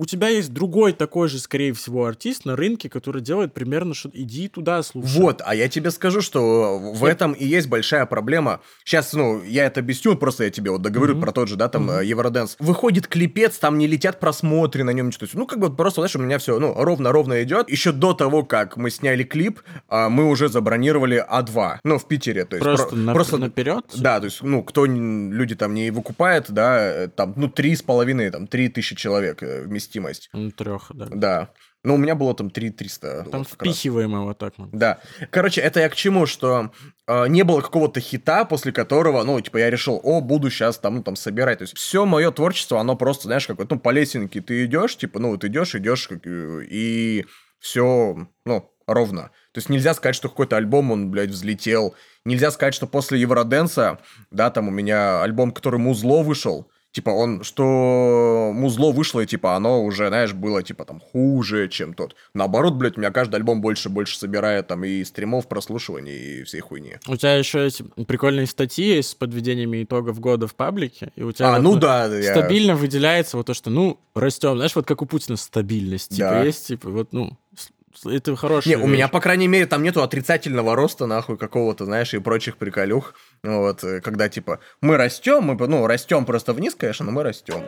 у тебя есть другой такой же, скорее всего, артист на рынке, который делает примерно что-то. Иди туда, слушай. Вот, а я тебе скажу, что в этом и есть большая проблема. Сейчас, я это объясню, просто я тебе вот договорю про тот же, да, там, Eurodance. Выходит клипец, там не летят просмотры на нем, ничего. Как бы просто, знаешь, у меня все, ровно идет. Еще до того, как мы сняли клип, мы уже забронировали А2, в Питере. То есть просто наперед? Да, то есть, люди там не выкупает, да, там, 3,5, там, 3000 человек вместимость. 3, да. Да. У меня было там 3300. Там впихиваемо вот так. Да. Короче, это я к чему, что не было какого-то хита, после которого, я решил, буду сейчас там собирать. То есть все мое творчество, оно просто, знаешь, как по лесенке ты идешь, идешь, и все, ровно. То есть нельзя сказать, что какой-то альбом, он, блядь, взлетел. Нельзя сказать, что после Евроденса, да, там у меня альбом, который Музло вышел, что Музло вышло, и, оно уже, знаешь, было, там, хуже, чем тот. Наоборот, блядь, у меня каждый альбом больше собирает, там, и стримов, прослушиваний, и всей хуйни. У тебя еще эти прикольные статьи есть с подведениями итогов года в паблике, и у тебя стабильно выделяется вот то, что, растем, знаешь, вот как у Путина стабильность, есть, это хорошая вещь. У меня, по крайней мере, там нету отрицательного роста, нахуй, какого-то, знаешь, и прочих приколюх. Когда, мы растем, растем просто вниз, конечно, но мы растем.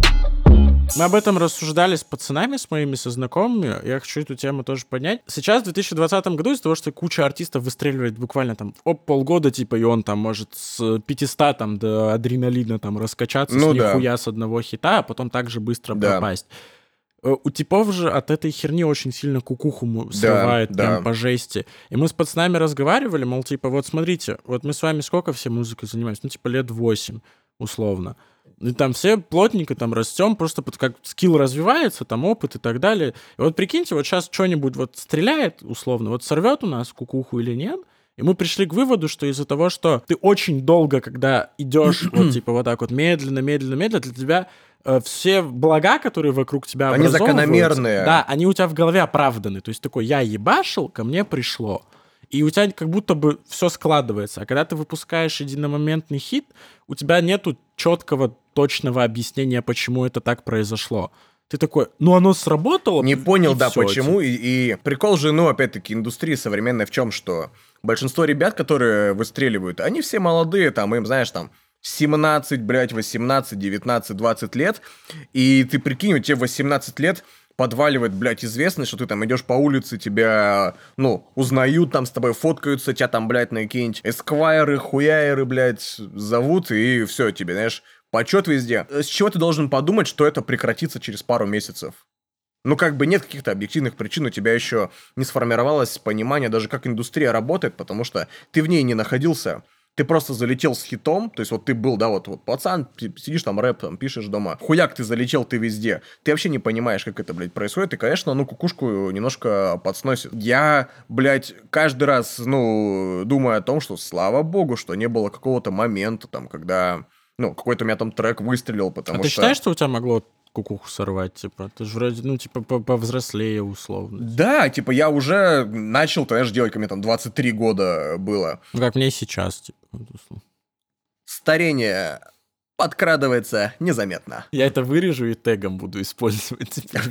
Мы об этом рассуждали с пацанами, с моими сознакомыми. Я хочу эту тему тоже поднять. Сейчас, в 2020 году, из-за того, что куча артистов выстреливает буквально там полгода, и он там может с 500 там до адреналина там раскачаться с нихуя с одного хита, а потом так же быстро пропасть. У типов же от этой херни очень сильно кукуху срывает прям по жести. И мы с пацанами разговаривали, мол, вот смотрите, вот мы с вами сколько все музыкой занимаемся? лет 8, условно. И там все плотненько там растем, просто как скилл развивается, там опыт и так далее. И вот прикиньте, вот сейчас что-нибудь стреляет, условно, сорвет у нас кукуху или нет, и мы пришли к выводу, что из-за того, что ты очень долго, когда идешь вот так вот медленно, для тебя все блага, которые вокруг тебя образовываются... Они закономерные. Да, они у тебя в голове оправданы. То есть такой, я ебашил, ко мне пришло. И у тебя как будто бы все складывается. А когда ты выпускаешь единомоментный хит, у тебя нету четкого, точного объяснения, почему это так произошло. Ты такой, оно сработало. Не понял, да, почему. И прикол же, опять-таки, индустрии современной в чем, что большинство ребят, которые выстреливают, они все молодые, там, им, знаешь, там, 17, блядь, 18, 19, 20 лет, и ты прикинь, у тебя 18 лет подваливает, блядь, известность, что ты там идешь по улице, тебя, узнают, там с тобой фоткаются, тебя там, блядь, на какие-нибудь эсквайры, хуяеры, блядь, зовут, и все, тебе, знаешь, почет везде. С чего ты должен подумать, что это прекратится через пару месяцев? Нет каких-то объективных причин, у тебя еще не сформировалось понимание даже, как индустрия работает, потому что ты в ней не находился. Ты просто залетел с хитом, то есть ты был, да, вот пацан, сидишь там, рэп там, пишешь дома, хуяк, ты залетел, ты везде. Ты вообще не понимаешь, как это, блядь, происходит, и, конечно, кукушку немножко подсносит. Я, блядь, каждый раз, думаю о том, что, слава богу, что не было какого-то момента, там, когда, какой-то у меня там трек выстрелил, потому что... А ты считаешь, что у тебя могло кукуху сорвать, Ты же вроде, повзрослее условно. Да, я уже начал, знаешь, делать, ко мне там 23 года было. Как мне сейчас, Старение подкрадывается незаметно. Я это вырежу и тегом буду использовать теперь.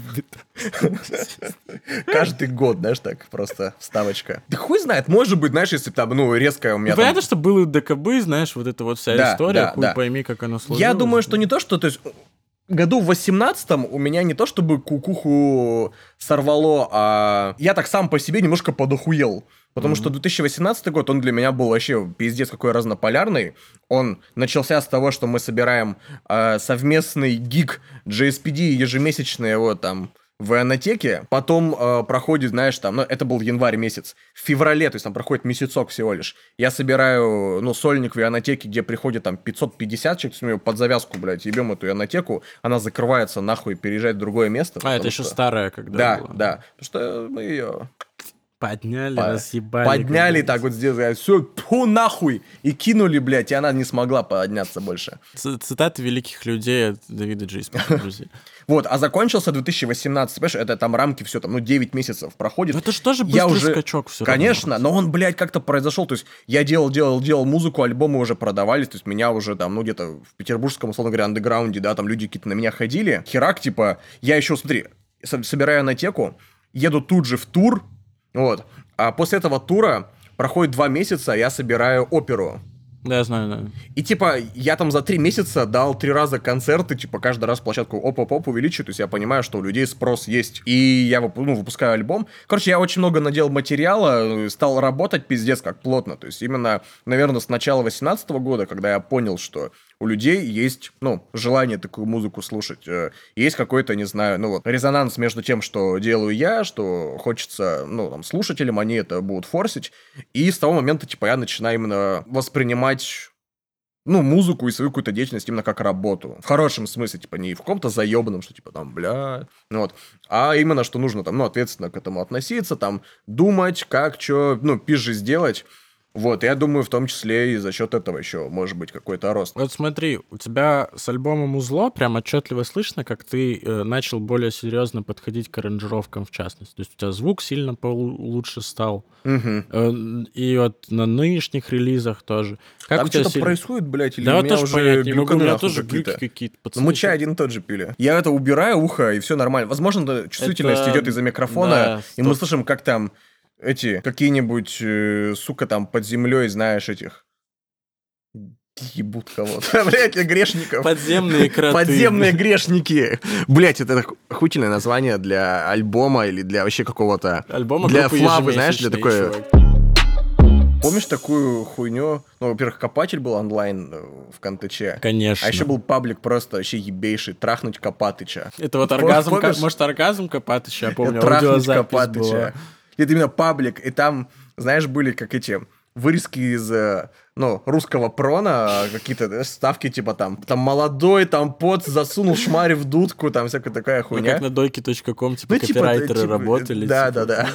Каждый год, знаешь, так, просто вставочка. Да хуй знает, может быть, знаешь, если там, резко у меня понятно, что было ДКБ, знаешь, вот эта вот вся история, хуй пойми, как она сложилась. Я думаю, что не то, что, то есть... Году в 18-м у меня не то, чтобы кукуху сорвало, а я так сам по себе немножко подохуел. Потому что 2018 год, он для меня был вообще пиздец какой разнополярный. Он начался с того, что мы собираем совместный гиг JSPD ежемесячные в Ионотеке. Потом проходит, знаешь, там, это был январь месяц. В феврале, то есть там проходит месяцок всего лишь. Я собираю, сольник в Ионотеке, где приходит там 550 человек, то есть под завязку, блядь, ебем эту Ионотеку, она закрывается нахуй, переезжает в другое место. Это еще старая, когда была. Да, потому что мы ее Подняли, разъебали. Подняли так вот сделали, все, тьфу нахуй, и кинули, блядь, и она не смогла подняться больше. Цитаты великих людей от Давида Джейспина, друзья. Вот, а закончился 2018, понимаешь, это там рамки все там, 9 месяцев проходит. Но это же тоже быстрый скачок все равно. Конечно, но он, блядь, как-то произошел, то есть я делал музыку, альбомы уже продавались, то есть меня уже там, ну, где-то в петербургском, условно говоря, андеграунде, да, там люди какие-то на меня ходили. Херак, типа, я еще, смотри, собираю анатеку, еду тут же в тур, вот, а после этого тура проходит 2 месяца, я собираю оперу. Да, я знаю, да. И, типа, я там за 3 месяца дал 3 раза концерты, типа, каждый раз площадку оп-оп-оп увеличиваю, то есть я понимаю, что у людей спрос есть. И я выпускаю альбом. Короче, я очень много наделал материала, стал работать пиздец как плотно. То есть именно, наверное, с начала 2018 года, когда я понял, что у людей есть, ну, желание такую музыку слушать. Есть какой-то, не знаю, ну вот, резонанс между тем, что делаю я, что хочется, ну, там, слушателям, они это будут форсить. И с того момента, типа, я начинаю именно воспринимать, ну, музыку и свою какую-то деятельность именно как работу. В хорошем смысле, типа, не в каком-то заебанном, что, типа, там, бля, вот. А именно, что нужно, там, ну, ответственно к этому относиться, там, думать, как, что, ну, пизже сделать. Вот, я думаю, в том числе и за счет этого еще может быть какой-то рост. Вот смотри, у тебя с альбомом «Узло» прям отчетливо слышно, как ты начал более серьезно подходить к аранжировкам в частности. То есть у тебя звук сильно лучше стал. И вот на нынешних релизах тоже. Как там что-то происходит, блядь, или да, у меня тоже уже понять не могу, у меня нахуй тоже глюки какие-то. Ну, мы чай один и тот же пили. Я это убираю ухо, и все нормально. Возможно, чувствительность идет из-за микрофона, да, и мы слышим, как там эти какие-нибудь, сука, там под землей, знаешь, этих ебут кого-то. Блять, грешников. Подземные кроты. Подземные грешники. Блять, это охуительное название для альбома или для вообще какого-то... Альбома для группы флавы, знаешь, для такой... чувак. Помнишь такую хуйню? Ну, во-первых, Копатель был онлайн в Контаче. Конечно. А еще был паблик просто вообще ебейший. Трахнуть Копатыча. Это вот оргазм, может, оргазм Копатыча, я помню, Трахнуть аудиозапись Копатыча. была. Это именно паблик. И там, знаешь, были как эти... вырезки из, ну, русского прона, какие-то ставки, типа там молодой, там пот засунул шмарь в дудку, там всякая такая хуйня. Ну, как на дойке.ком, типа, Ну, копирайтеры работали. Да.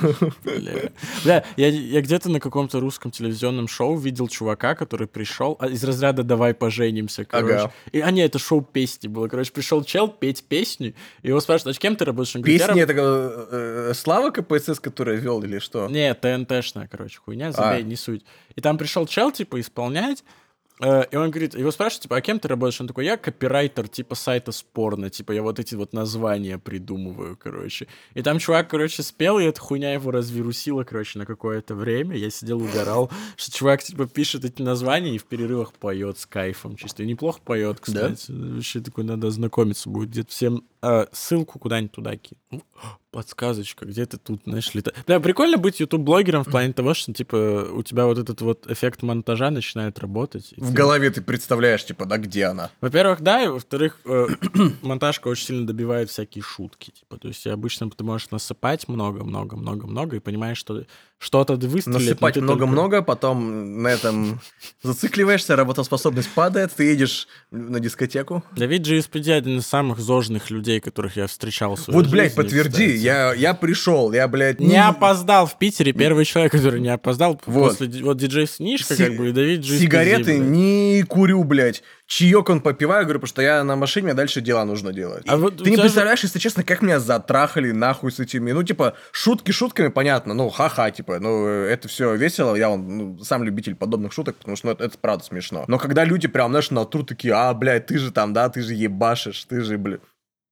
Бля, я где-то на каком-то русском телевизионном шоу видел чувака, который пришел из разряда «давай поженимся», короче. Ага. Не, это шоу песни было, короче. Пришел чел петь песню, и его спрашивают, а кем ты работаешь? Песни это Слава КПСС, который вел или что? Не, ТНТшная, короче, хуйня, забей, не суть. И там пришел чел, типа, исполнять, и он говорит, его спрашивают, типа, а кем ты работаешь? Он такой, я копирайтер, типа, сайта Спорно, типа, я вот эти вот названия придумываю, короче. И там чувак, короче, спел, и эта хуйня его развирусила, короче, на какое-то время. Я сидел, угорал, что чувак, типа, пишет эти названия и в перерывах поет с кайфом чисто. И неплохо поет, кстати. Да? Вообще такой, надо ознакомиться будет. Где-то всем ссылку куда-нибудь туда кину. Подсказочка, где ты тут, знаешь, летаешь. Да, прикольно быть ютуб-блогером в плане того, что, типа, у тебя вот этот вот эффект монтажа начинает работать. В голове ты представляешь, типа, да, где она? Во-первых, да, и во-вторых, монтажка очень сильно добивает всякие шутки, типа, то есть обычно ты можешь насыпать много и понимаешь, что что-то выстрелит. Насыпать много-много, потом на этом зацикливаешься, работоспособность падает, ты едешь на дискотеку. Давид GSPD один из самых зожных людей, которых я встречал в своей вот, жизни. блядь, подтверди, я пришел, я, блядь... Не опоздал в Питере, первый человек, который не опоздал после... Вот диджей Снишка, как бы, и Давид GSPD. Сигареты не курю, блядь. Чаек он попиваю, говорю, потому что я на машине, мне дальше дела нужно делать. Вот ты не представляешь, если честно, как меня затрахали нахуй с этими... Ну, типа, шутки шутками, понятно, ну, ха-ха, типа, ну, это все весело, я сам любитель подобных шуток, потому что это правда смешно. Но когда люди прям, знаешь, на тур такие, блядь, ты же там, да, ты же ебашишь, ты же, блядь.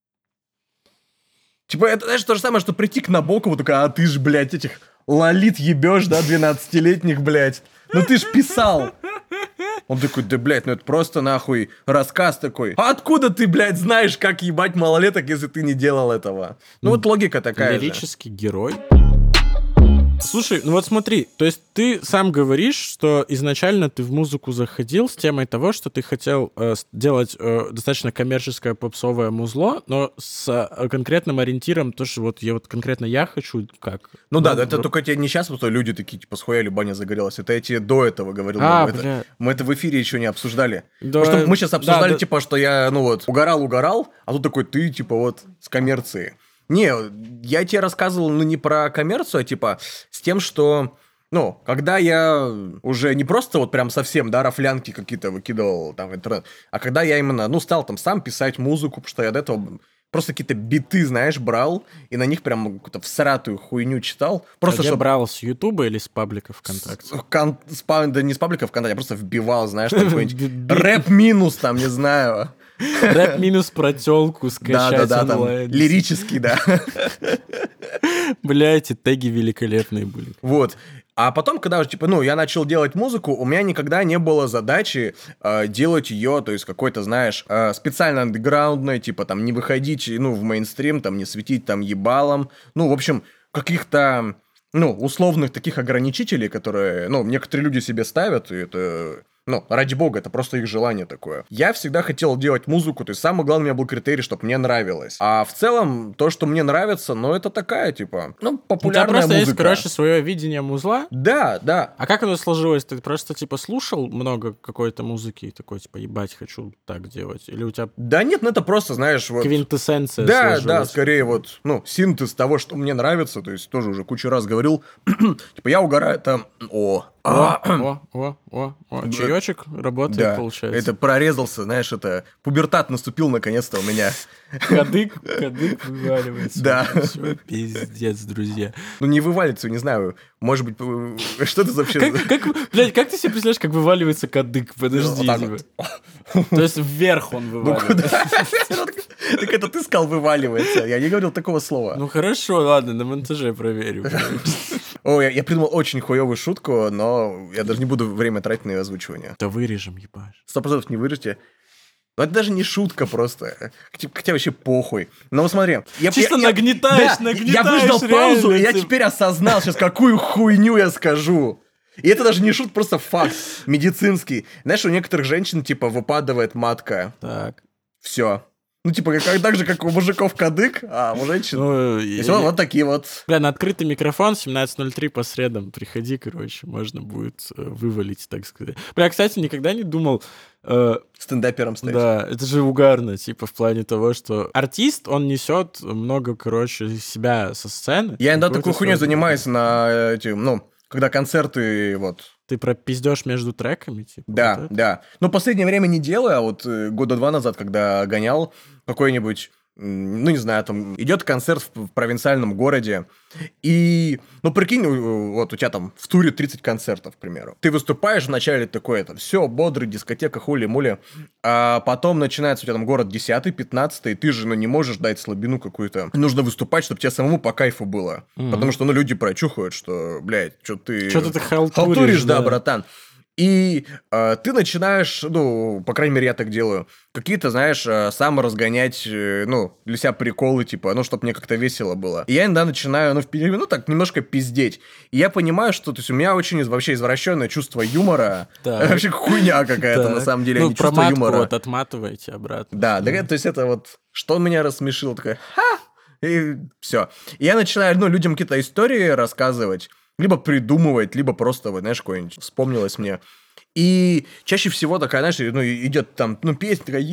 Типа, это, знаешь, то же самое, что прийти к Набокову, такая, ты же, блядь, этих лолит ебешь, да, 12-летних, блядь. Ну ты ж писал. Он такой, да, блядь, ну это просто, нахуй, рассказ такой. А откуда ты, блядь, знаешь, как ебать малолеток, если ты не делал этого? Ну вот логика такая же. Лирический герой. Слушай, ну вот смотри, то есть ты сам говоришь, что изначально ты в музыку заходил с темой того, что ты хотел делать достаточно коммерческое попсовое музло, но с конкретным ориентиром, то, что вот конкретно я хочу как. Ну да, это только тебе не сейчас, потому что люди такие, типа, схуяли, баня загорелась. Это я тебе до этого говорил. Мы это в эфире еще не обсуждали. Да, потому что мы сейчас обсуждали, типа, что я, ну вот, угорал, а тут такой, ты, типа, вот, с коммерцией. Не, я тебе рассказывал, ну, не про коммерцию, а типа с тем, что... Ну, когда я уже не просто вот прям совсем, да, рафлянки какие-то выкидывал там в интернет, а когда я именно, ну, стал там сам писать музыку, потому что я до этого просто какие-то биты, знаешь, брал, и на них прям какую-то всратую хуйню читал. Просто Где брал, с Ютуба или с паблика ВКонтакте? Да не с паблика ВКонтакте, я просто вбивал, знаешь, там какой-нибудь рэп-минус там, не знаю. Рэп минус про тёлку скачать Да, онлайн. там, лирический, да. Бля, эти теги великолепные были. Вот. А потом, когда уже, типа, ну, я начал делать музыку, у меня никогда не было задачи делать ее, то есть какой-то, знаешь, специально андеграундной, типа, там, не выходить, ну, в мейнстрим, там, не светить там ебалом. Ну, в общем, каких-то, ну, условных таких ограничителей, которые, ну, некоторые люди себе ставят, и это... Ну, ради бога, это просто их желание такое. Я всегда хотел делать музыку, то есть самый главный у меня был критерий, чтобы мне нравилось. А в целом, то, что мне нравится, ну, это такая, типа, ну, популярная У тебя просто музыка. есть, короче, свое видение музла. Да, да. А как оно сложилось? Ты просто, типа, слушал много какой-то музыки и такой, типа, ебать, хочу так делать? Или у тебя Да нет, ну это просто, знаешь, вот... квинтэссенция Да, сложилась? да, скорее вот, ну, синтез того, что мне нравится, то есть тоже уже кучу раз говорил, типа, я угораю там... Чаечек работает, Да, получается. это прорезался, знаешь, это пубертат наступил наконец-то у меня. Кадык вываливается. Да. Всё, пиздец, друзья. Ну, не вывалится, не знаю, может быть, что это вообще... Блядь, как ты себе представляешь, как вываливается кадык? Подожди, Вот так типа. То есть вверх он Ну, вываливается. куда? Так это ты сказал вываливается, я не говорил такого слова. Ну хорошо, ладно, на монтаже проверю. О, я придумал очень хуёвую шутку, но я даже не буду время тратить на ее озвучивание. Да вырежем, ебашь. 100% не вырежьте. Но это даже не шутка просто. Хотя вообще похуй. Но вот смотри. Чисто нагнетаешь, Я выждал паузу, и я реально, теперь осознал сейчас, какую хуйню я скажу. И это даже не шут, просто факт медицинский. Знаешь, у некоторых женщин, типа, выпадывает матка. Так. Все. Ну, типа, так же, как у мужиков кадык, а у женщин... Ну, И всё, вот такие вот. Бля, на открытый микрофон 17:03 по средам. Приходи, короче, можно будет вывалить, так сказать. Бля, кстати, никогда не думал... Стендапером стать. Да, это же угарно, типа, в плане того, что артист, он несет много, короче, себя со сцены. Я иногда Какой-то такой хуйней свой- занимаюсь на эти, ну, когда концерты, вот, Ты пропиздешь между треками, типа? да, вот это? да. Но последнее время не делаю, а вот года 2 назад, когда гонял какой-нибудь, ну, не знаю, там, идет концерт в провинциальном городе, и, ну, прикинь, вот у тебя там в туре 30 концертов, к примеру. Ты выступаешь вначале такой, это, все, бодрый, дискотека, хули-мули, а потом начинается у тебя там город 10-й, 15-й, ты же, ну, не можешь дать слабину какую-то. Нужно выступать, чтобы тебе самому по кайфу было. Потому что, ну, люди прочухают, что, блядь, что ты... Чё ты халтуришь, халтуришь, да, да. братан. И ты начинаешь, ну, по крайней мере, я так делаю, какие-то, знаешь, саморазгонять, ну, для себя приколы, типа, ну, чтобы мне как-то весело было. И я иногда начинаю, ну, так, немножко пиздеть. И я понимаю, что, то есть, у меня очень вообще извращенное чувство юмора. Так. Вообще хуйня какая-то, на Так. самом деле, Ну, не про чувство матку юмора. вот отматываете обратно. Да, то есть, это вот, что меня рассмешило, такое, ха! И все. И я начинаю, ну, людям какие-то истории рассказывать, либо придумывать, либо просто, вот, знаешь, какое-нибудь вспомнилось мне. И чаще всего такая, знаешь, ну, идет там, ну, песня такая,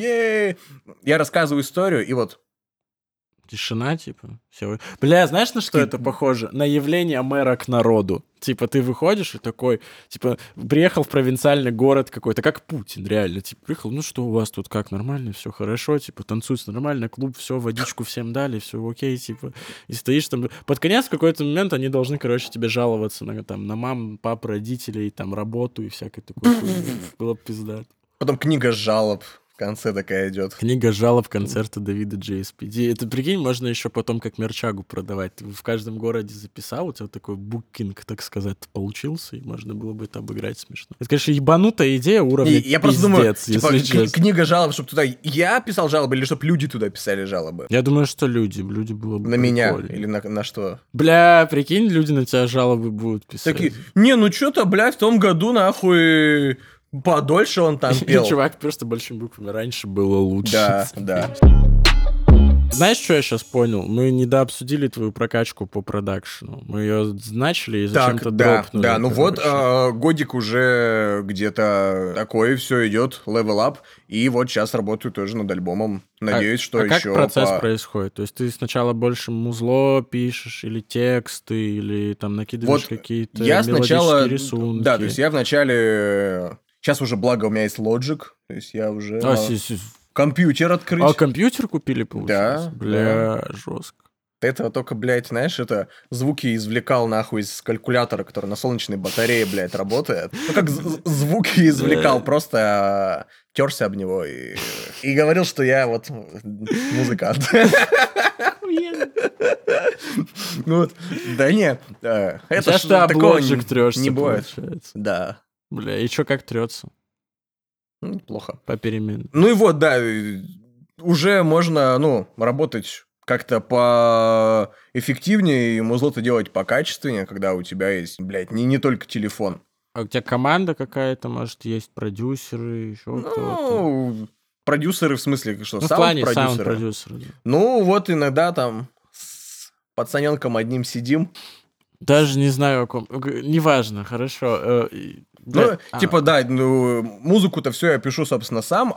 я рассказываю историю, и вот. Тишина, типа. Всё. Бля, знаешь, на что это похоже? На явление мэра к народу. Типа, ты выходишь и такой, типа, приехал в провинциальный город какой-то, как Путин, реально. Типа, приехал, ну что у вас тут, как, нормально, все хорошо, типа, танцуется нормально, клуб, все, водичку всем дали, все окей, типа. И стоишь там. Под конец, в какой-то момент, они должны, короче, тебе жаловаться на, там, на мам, пап, родителей, там, работу и всякое такое. Было бы пиздато. Потом книга жалоб в конце такая идет. Книга жалоб концерта Давида JSPD. Это, прикинь, можно еще потом как мерчагу продавать. Ты в каждом городе записал, у тебя такой букинг, так сказать, получился, и можно было бы это обыграть смешно. Это, конечно, ебанутая идея уровня Я просто думаю, пиздец, типа, если честно. книга жалоб, чтобы туда я писал жалобы, или чтобы люди туда писали жалобы? Я думаю, что люди было бы На меня? прикольно. Или на что? Бля, прикинь, люди на тебя жалобы будут писать. Такие, не, ну что-то, блядь, в том году, нахуй, подольше он там пел. Чувак просто большими буквами. Раньше было лучше. Да, да. Знаешь, что я сейчас понял? Мы недообсудили твою прокачку по продакшену. Мы ее начали и зачем-то дропнули. Да, ну вот, короче. годик уже где-то такой, все идет, level up, и вот сейчас работаю тоже над альбомом. Надеюсь, что а еще... как процесс происходит? То есть ты сначала больше музло пишешь, или тексты, или там накидываешь Вот какие-то я мелодические сначала... рисунки? Да, то есть я вначале... Сейчас уже, благо, у меня есть Logic, то есть я уже... Компьютер открыть. А компьютер купили, получается? Да, Бля, жестко. Ты этого только, блядь, знаешь, это звуки извлекал нахуй из калькулятора, который на солнечной батарее, блядь, работает. Ну, как звуки извлекал, просто терся об него и говорил, что я вот музыкант. Ну вот, да нет, это Сейчас ты об Logic трёшься, не будет. получается. Да. Бля, и чё, как трется? Плохо. Попеременно. Ну и вот, да, уже можно, ну, работать как-то поэффективнее и музло-то делать покачественнее, когда у тебя есть, блядь, не только телефон. А у тебя команда какая-то, может, есть продюсеры, еще кто-то? Ну, продюсеры в смысле, что, Ну, в плане саунд-продюсеры? саунд-продюсеры. Да. Ну, вот иногда там с пацаненком одним сидим. Даже не знаю, о ком. Неважно, хорошо. Типа, да, ну, музыку-то все я пишу, собственно, сам,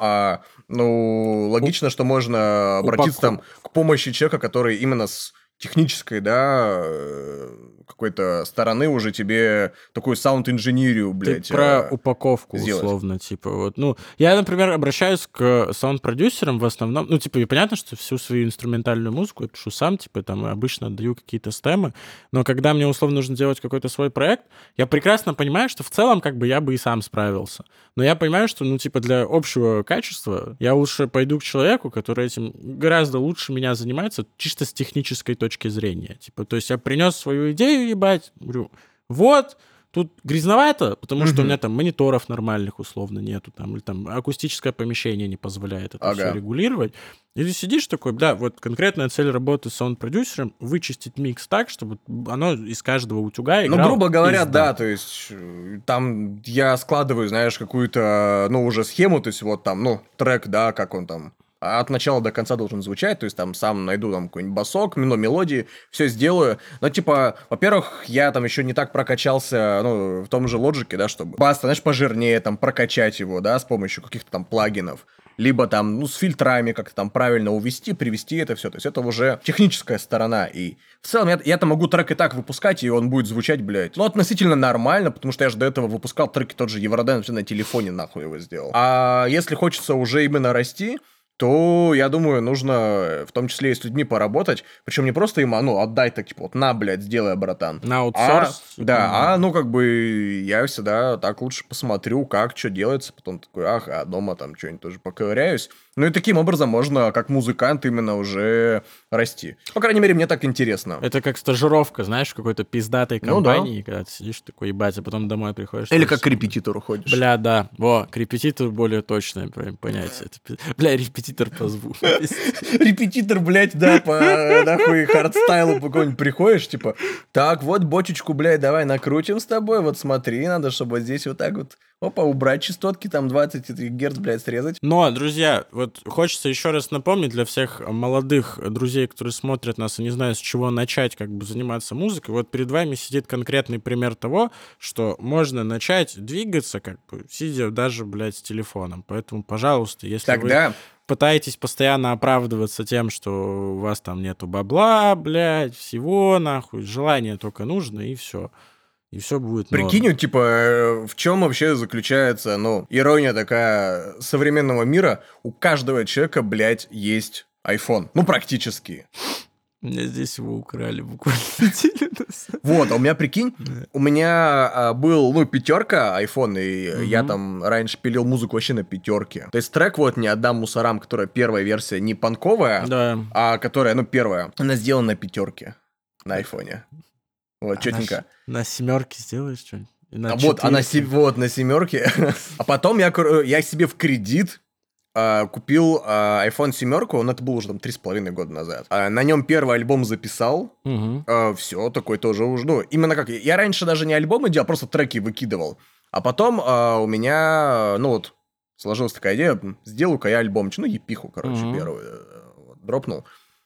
ну, логично, что можно обратиться там к помощи человека, который именно с технической, да, какой-то стороны уже тебе такую саунд-инженерию, блядь, ты про упаковку, сделать. Условно, типа, вот. Ну, я, например, обращаюсь к саунд-продюсерам в основном, ну, типа, и понятно, что всю свою инструментальную музыку я пишу сам, типа, там, обычно отдаю какие-то стемы, но когда мне, условно, нужно делать какой-то свой проект, я прекрасно понимаю, что в целом, как бы, я бы и сам справился. Но я понимаю, что, ну, типа, для общего качества я лучше пойду к человеку, который этим гораздо лучше меня занимается, чисто с технической точки зрения. Типа, то есть я принес свою идею, ебать, говорю, вот, тут грязновато, потому что у меня там мониторов нормальных условно нету, там, или там акустическое помещение не позволяет это все регулировать. И ты сидишь такой, бля, вот конкретная цель работы с саунд-продюсером — вычистить микс так, чтобы оно из каждого утюга играло. Ну, грубо говоря, да, то есть там я складываю, знаешь, какую-то, ну, уже схему, то есть вот там, ну, трек, да, как он там от начала до конца должен звучать, то есть там сам найду там какой-нибудь басок, мелодии, все сделаю. Но, типа, во-первых, я там еще не так прокачался, ну, в том же Logic, да, чтобы бас, знаешь, пожирнее там прокачать его, да, с помощью каких-то там плагинов. Либо там, ну, с фильтрами как-то там правильно увести, привести это все. То есть это уже техническая сторона. И в целом я-то могу трек и так выпускать, и он будет звучать, блядь, ну, относительно нормально, потому что я же до этого выпускал треки, тот же Евrodance, на телефоне нахуй его сделал. А если хочется уже именно расти, то, я думаю, нужно в том числе и с людьми поработать. Причем не просто им, ну, отдай так, типа, вот, на, блядь, сделай, братан. На аутсорс? Да, ну, как бы, я всегда так лучше посмотрю, как, что делается. Потом такой, ага, дома там что-нибудь тоже поковыряюсь. Ну, и таким образом можно, как музыкант, именно уже расти. По крайней мере, мне так интересно. Это как стажировка, знаешь, в какой-то пиздатой компании, когда ты сидишь такой, ебать, а потом домой приходишь. Или как к репетитору ходишь. Бля, да. К репетитору более точное понятие. Бля, репетитор по звуку. Репетитор, блядь, да, по нахуй хардстайлу по какому-нибудь приходишь, типа, так, вот бочечку, блядь, давай накрутим с тобой, вот смотри, надо, чтобы здесь вот так вот, опа, убрать частотки, там 20 герц, блядь, срезать. Но, друзья, вот хочется еще раз напомнить для всех молодых друзей, которые смотрят нас и не знают, с чего начать как бы заниматься музыкой, вот перед вами сидит конкретный пример того, что можно начать двигаться, как бы, сидя даже, блядь, с телефоном. Поэтому, пожалуйста, если вы пытаетесь постоянно оправдываться тем, что у вас там нету бабла, блядь, всего, нахуй, желание только нужно, и все. И все будет норм. Прикинь, типа, в чем вообще заключается, ну, ирония такая современного мира? У каждого человека, блядь, есть iPhone. Ну, практически. Меня здесь его украли буквально неделю назад. Вот, а у меня, прикинь, у меня был, ну, 5 iPhone, и я там раньше пилил музыку вообще на 5. То есть трек вот «Не отдам мусорам», которая первая версия, не панковая, а которая, ну, первая, она сделана на 5 на айфоне. Вот, четенько. На 7 сделаешь что-нибудь? Вот, на 7. А потом я себе в кредит купил iPhone 7, это было уже там 3,5 года назад. На нем первый альбом записал. Все, такой тоже уже, ну, именно как... Я раньше даже не альбомы делал, просто треки выкидывал. А потом у меня, ну вот, сложилась такая идея, сделаю-ка я альбомчик, ну, епиху, короче, первую дропнул.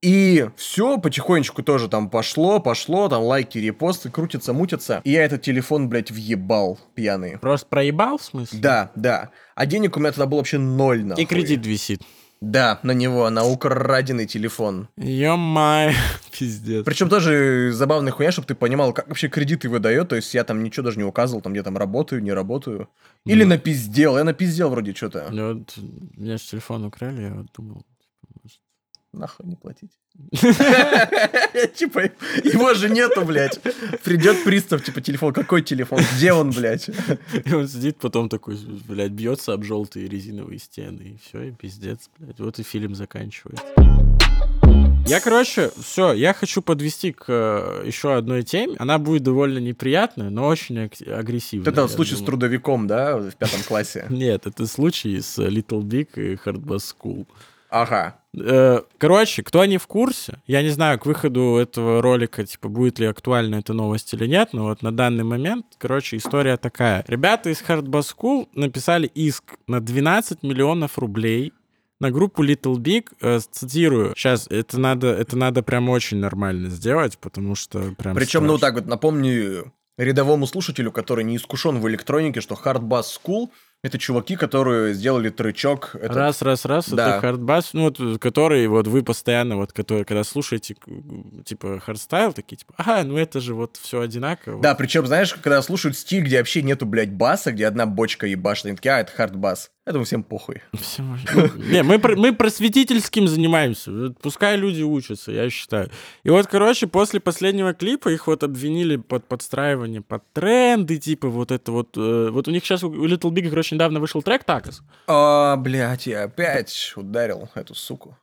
И все потихонечку тоже там пошло, там лайки, репосты, крутятся, мутятся. И я этот телефон, блядь, въебал пьяный. Просто проебал, в смысле? Да. А денег у меня тогда было вообще 0, нахуй. И кредит висит. Да, на него, на украденный телефон. Ё-май, пиздец. Причем тоже забавная хуйня, чтобы ты понимал, как вообще кредиты выдает. То есть я там ничего даже не указывал, там где там работаю, не работаю. Или напиздел. Я напиздел вроде что-то. Вот, меня же телефон украли, я вот думал... Нахуй не платить. Типа, его же нету, блядь. Придет пристав, типа, телефон. Какой телефон? Где он, блядь? И он сидит потом такой, блядь, бьется об желтые резиновые стены. И все, и пиздец, блядь. Вот и фильм заканчивается. Я, короче, все, я хочу подвести к еще одной теме. Она будет довольно неприятная, но очень агрессивная. Это случай с трудовиком, да, в 5 классе? Нет, это случай с Little Big и Hard Bass School. Ага. Короче, кто не в курсе, я не знаю, к выходу этого ролика, типа, будет ли актуальна эта новость или нет, но вот на данный момент, короче, история такая. Ребята из Hard Bass School написали иск на 12 миллионов рублей на группу Little Big, цитирую, сейчас, это надо прям очень нормально сделать, потому что прям Причем, страшно. так вот, напомню рядовому слушателю, который не искушен в электронике, что Hard Bass School — это чуваки, которые сделали тречок. Раз, да. это хардбас, ну, вот, который вот вы постоянно, вот, который, когда слушаете, типа, хардстайл, такие, типа, ага, ну это же вот все одинаково. Да, причем, знаешь, когда слушают стиль, где вообще нету, блядь, баса, где одна бочка ебашит, они такие, это хардбас. Этому всем похуй. Не, мы просветительским занимаемся. Пускай люди учатся, я считаю. И вот, короче, после последнего клипа их вот обвинили под подстраивание под тренды, типа вот это вот. Вот у них сейчас, у Little Big, короче, недавно вышел трек «Такос». Блядь, я опять ударил эту суку.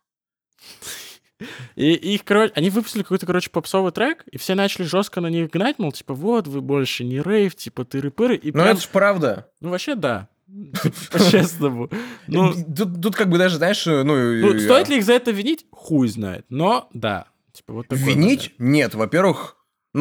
И их, короче, они выпустили какой-то, короче, попсовый трек, и все начали жестко на них гнать, мол, типа, вот, вы больше не рейв, типа, тыры-пыры. Ну, это ж правда. Ну, вообще, да. По-честному. Тут как бы даже, знаешь, стоит ли их за это винить? Хуй знает. Но, да. Типа, вот такой винить? Нет, во-первых,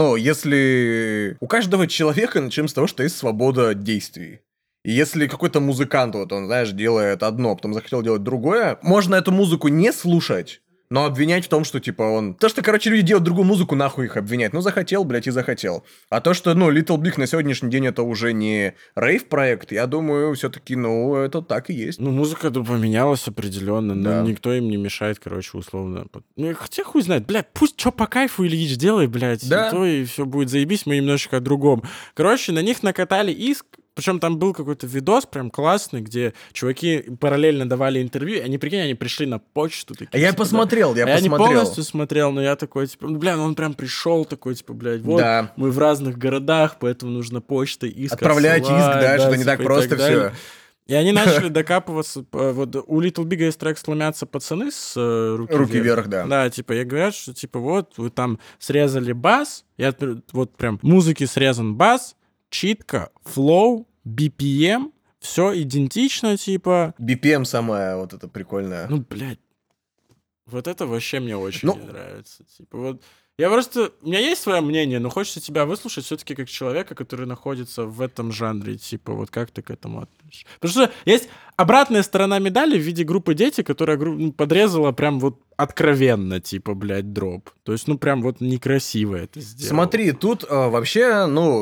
если у каждого человека, начнем с того, что есть свобода действий. И если какой-то музыкант, вот он, знаешь, делает одно, потом захотел делать другое, можно эту музыку не слушать, но обвинять в том, что, типа, он... То, что, короче, люди делают другую музыку, нахуй их обвинять. Ну, захотел, блядь, и захотел. А то, что, Little Big на сегодняшний день это уже не рейв-проект, я думаю, все-таки, это так и есть. Ну, музыка-то поменялась определенно, Да. но никто им не мешает, короче, условно. Ну, хотя хуй знает, блядь, пусть что по кайфу Ильич делай, блядь, Да. и то, и все будет заебись, мы немножечко о другом. Короче, на них накатали иск. Причем там был какой-то видос прям классный, где чуваки параллельно давали интервью, и они, прикинь, они пришли на почту. Такие, Я посмотрел. Я не полностью смотрел, но я такой, типа, он прям пришел такой, типа, блядь, вот, Да. мы в разных городах, поэтому нужно почтой иск Отправлять иск, отсылать, да, что не так типа, и просто далее. все. И они начали докапываться. Вот у Little Big есть трек «Сломятся пацаны» с «Руки вверх». Да. Да, типа, и говорят, что, типа, вот, вы там срезали бас, вот прям музыки срезан бас, читка, флоу, BPM, все идентично, типа. BPM самая вот это прикольная. Ну, блядь. Вот это вообще мне очень не нравится. Типа, вот. Я просто... У меня есть свое мнение, но хочется тебя выслушать все-таки как человека, который находится в этом жанре. Типа, вот как ты к этому относишься? Потому что есть обратная сторона медали в виде группы «Дети», которая подрезала прям вот откровенно, типа, блядь, дроп. То есть, прям вот некрасиво это сделала. Смотри, тут вообще,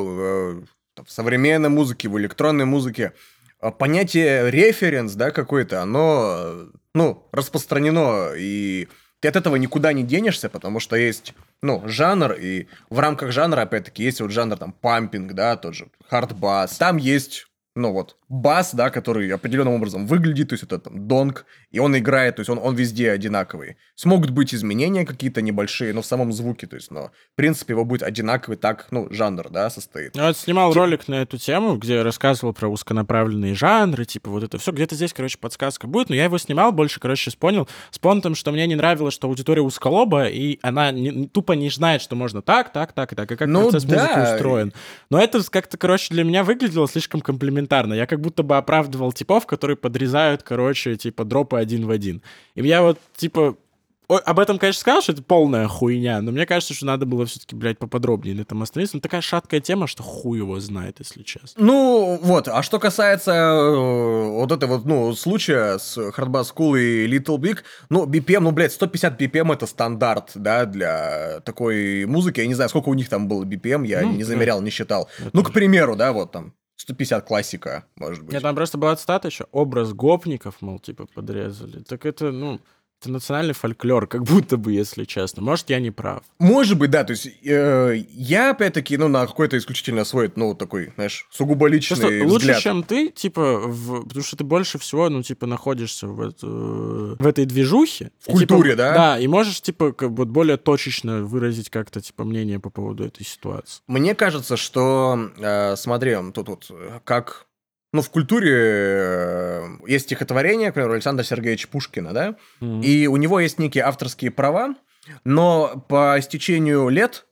в современной музыке, в электронной музыке понятие референс, да, какое-то, оно, распространено, и ты от этого никуда не денешься, потому что есть, жанр, и в рамках жанра, опять-таки, есть вот жанр, там, пампинг, да, тот же хардбас, там есть... бас, да, который определенным образом выглядит, то есть это там донг, и он играет, то есть он везде одинаковый. Смогут быть изменения какие-то небольшие, но в самом звуке, то есть, в принципе, его будет одинаковый, так, жанр, да, состоит. Я вот снимал ролик на эту тему, где я рассказывал про узконаправленные жанры, типа вот это все. Где-то здесь, короче, подсказка будет, но я его снимал больше, короче, с понтом, что мне не нравилось, что аудитория узколобая, и она тупо не знает, что можно так, и так, и как процесс музыки устроен. Но это как-то, короче, для меня выглядело слишком комплиментарно. Я как будто бы оправдывал типов, которые подрезают, короче, типа, дропы один в один. И я вот, типа, об этом, конечно, сказал, что это полная хуйня, но мне кажется, что надо было все-таки, блядь, поподробнее на этом остановиться. Ну, такая шаткая тема, что хуй его знает, если честно. Ну, вот, а что касается вот этого вот, ну, случая с Hard Bass School и Little Big, ну, BPM, ну, блядь, 150 BPM это стандарт, да, для такой музыки. Я не знаю, сколько у них там было BPM, я не замерял, не считал. Ну, к примеру, да, вот там 150 классика, может быть. Нет, там просто была цитата еще. Образ гопников, мол, типа, подрезали. Так это, ну... Это национальный фольклор, как будто бы, если честно. Может, я не прав. Может быть, да. То есть я, опять-таки, ну, на какой-то исключительно свой, ну, такой, знаешь, сугубо личный просто взгляд. Лучше, чем ты, типа, потому что ты больше всего, ну, типа, находишься в этой движухе. В культуре, типа, да? Да, и можешь, типа, вот более точечно выразить как-то, типа, мнение по поводу этой ситуации. Мне кажется, что, смотри, тут вот как... Ну, в культуре есть стихотворение, к примеру, Александра Сергеевича Пушкина, да? И у него есть некие авторские права, но по истечению лет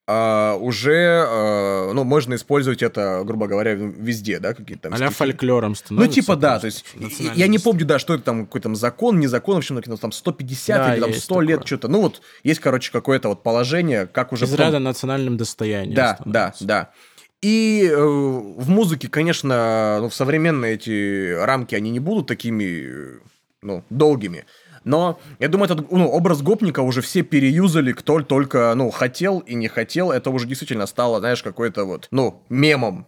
уже, ну, можно использовать это, грубо говоря, везде, да, какие-то там а-ля стихи. фольклором становится. Ну, типа, да, то есть, я не национальность. помню, да, что это там, какой там закон, не закон, в общем, там 150 Да, или там есть 100 лет, такое. что-то. Ну, вот, есть, короче, какое-то вот положение, как уже... Из ряда национальным достоянием. Да, становится. да. И в музыке, конечно, ну, в современные эти рамки, они не будут такими, ну, долгими. Но, я думаю, этот образ гопника уже все переюзали, кто только, ну, хотел и не хотел. Это уже действительно стало, знаешь, какой-то вот, ну, мемом.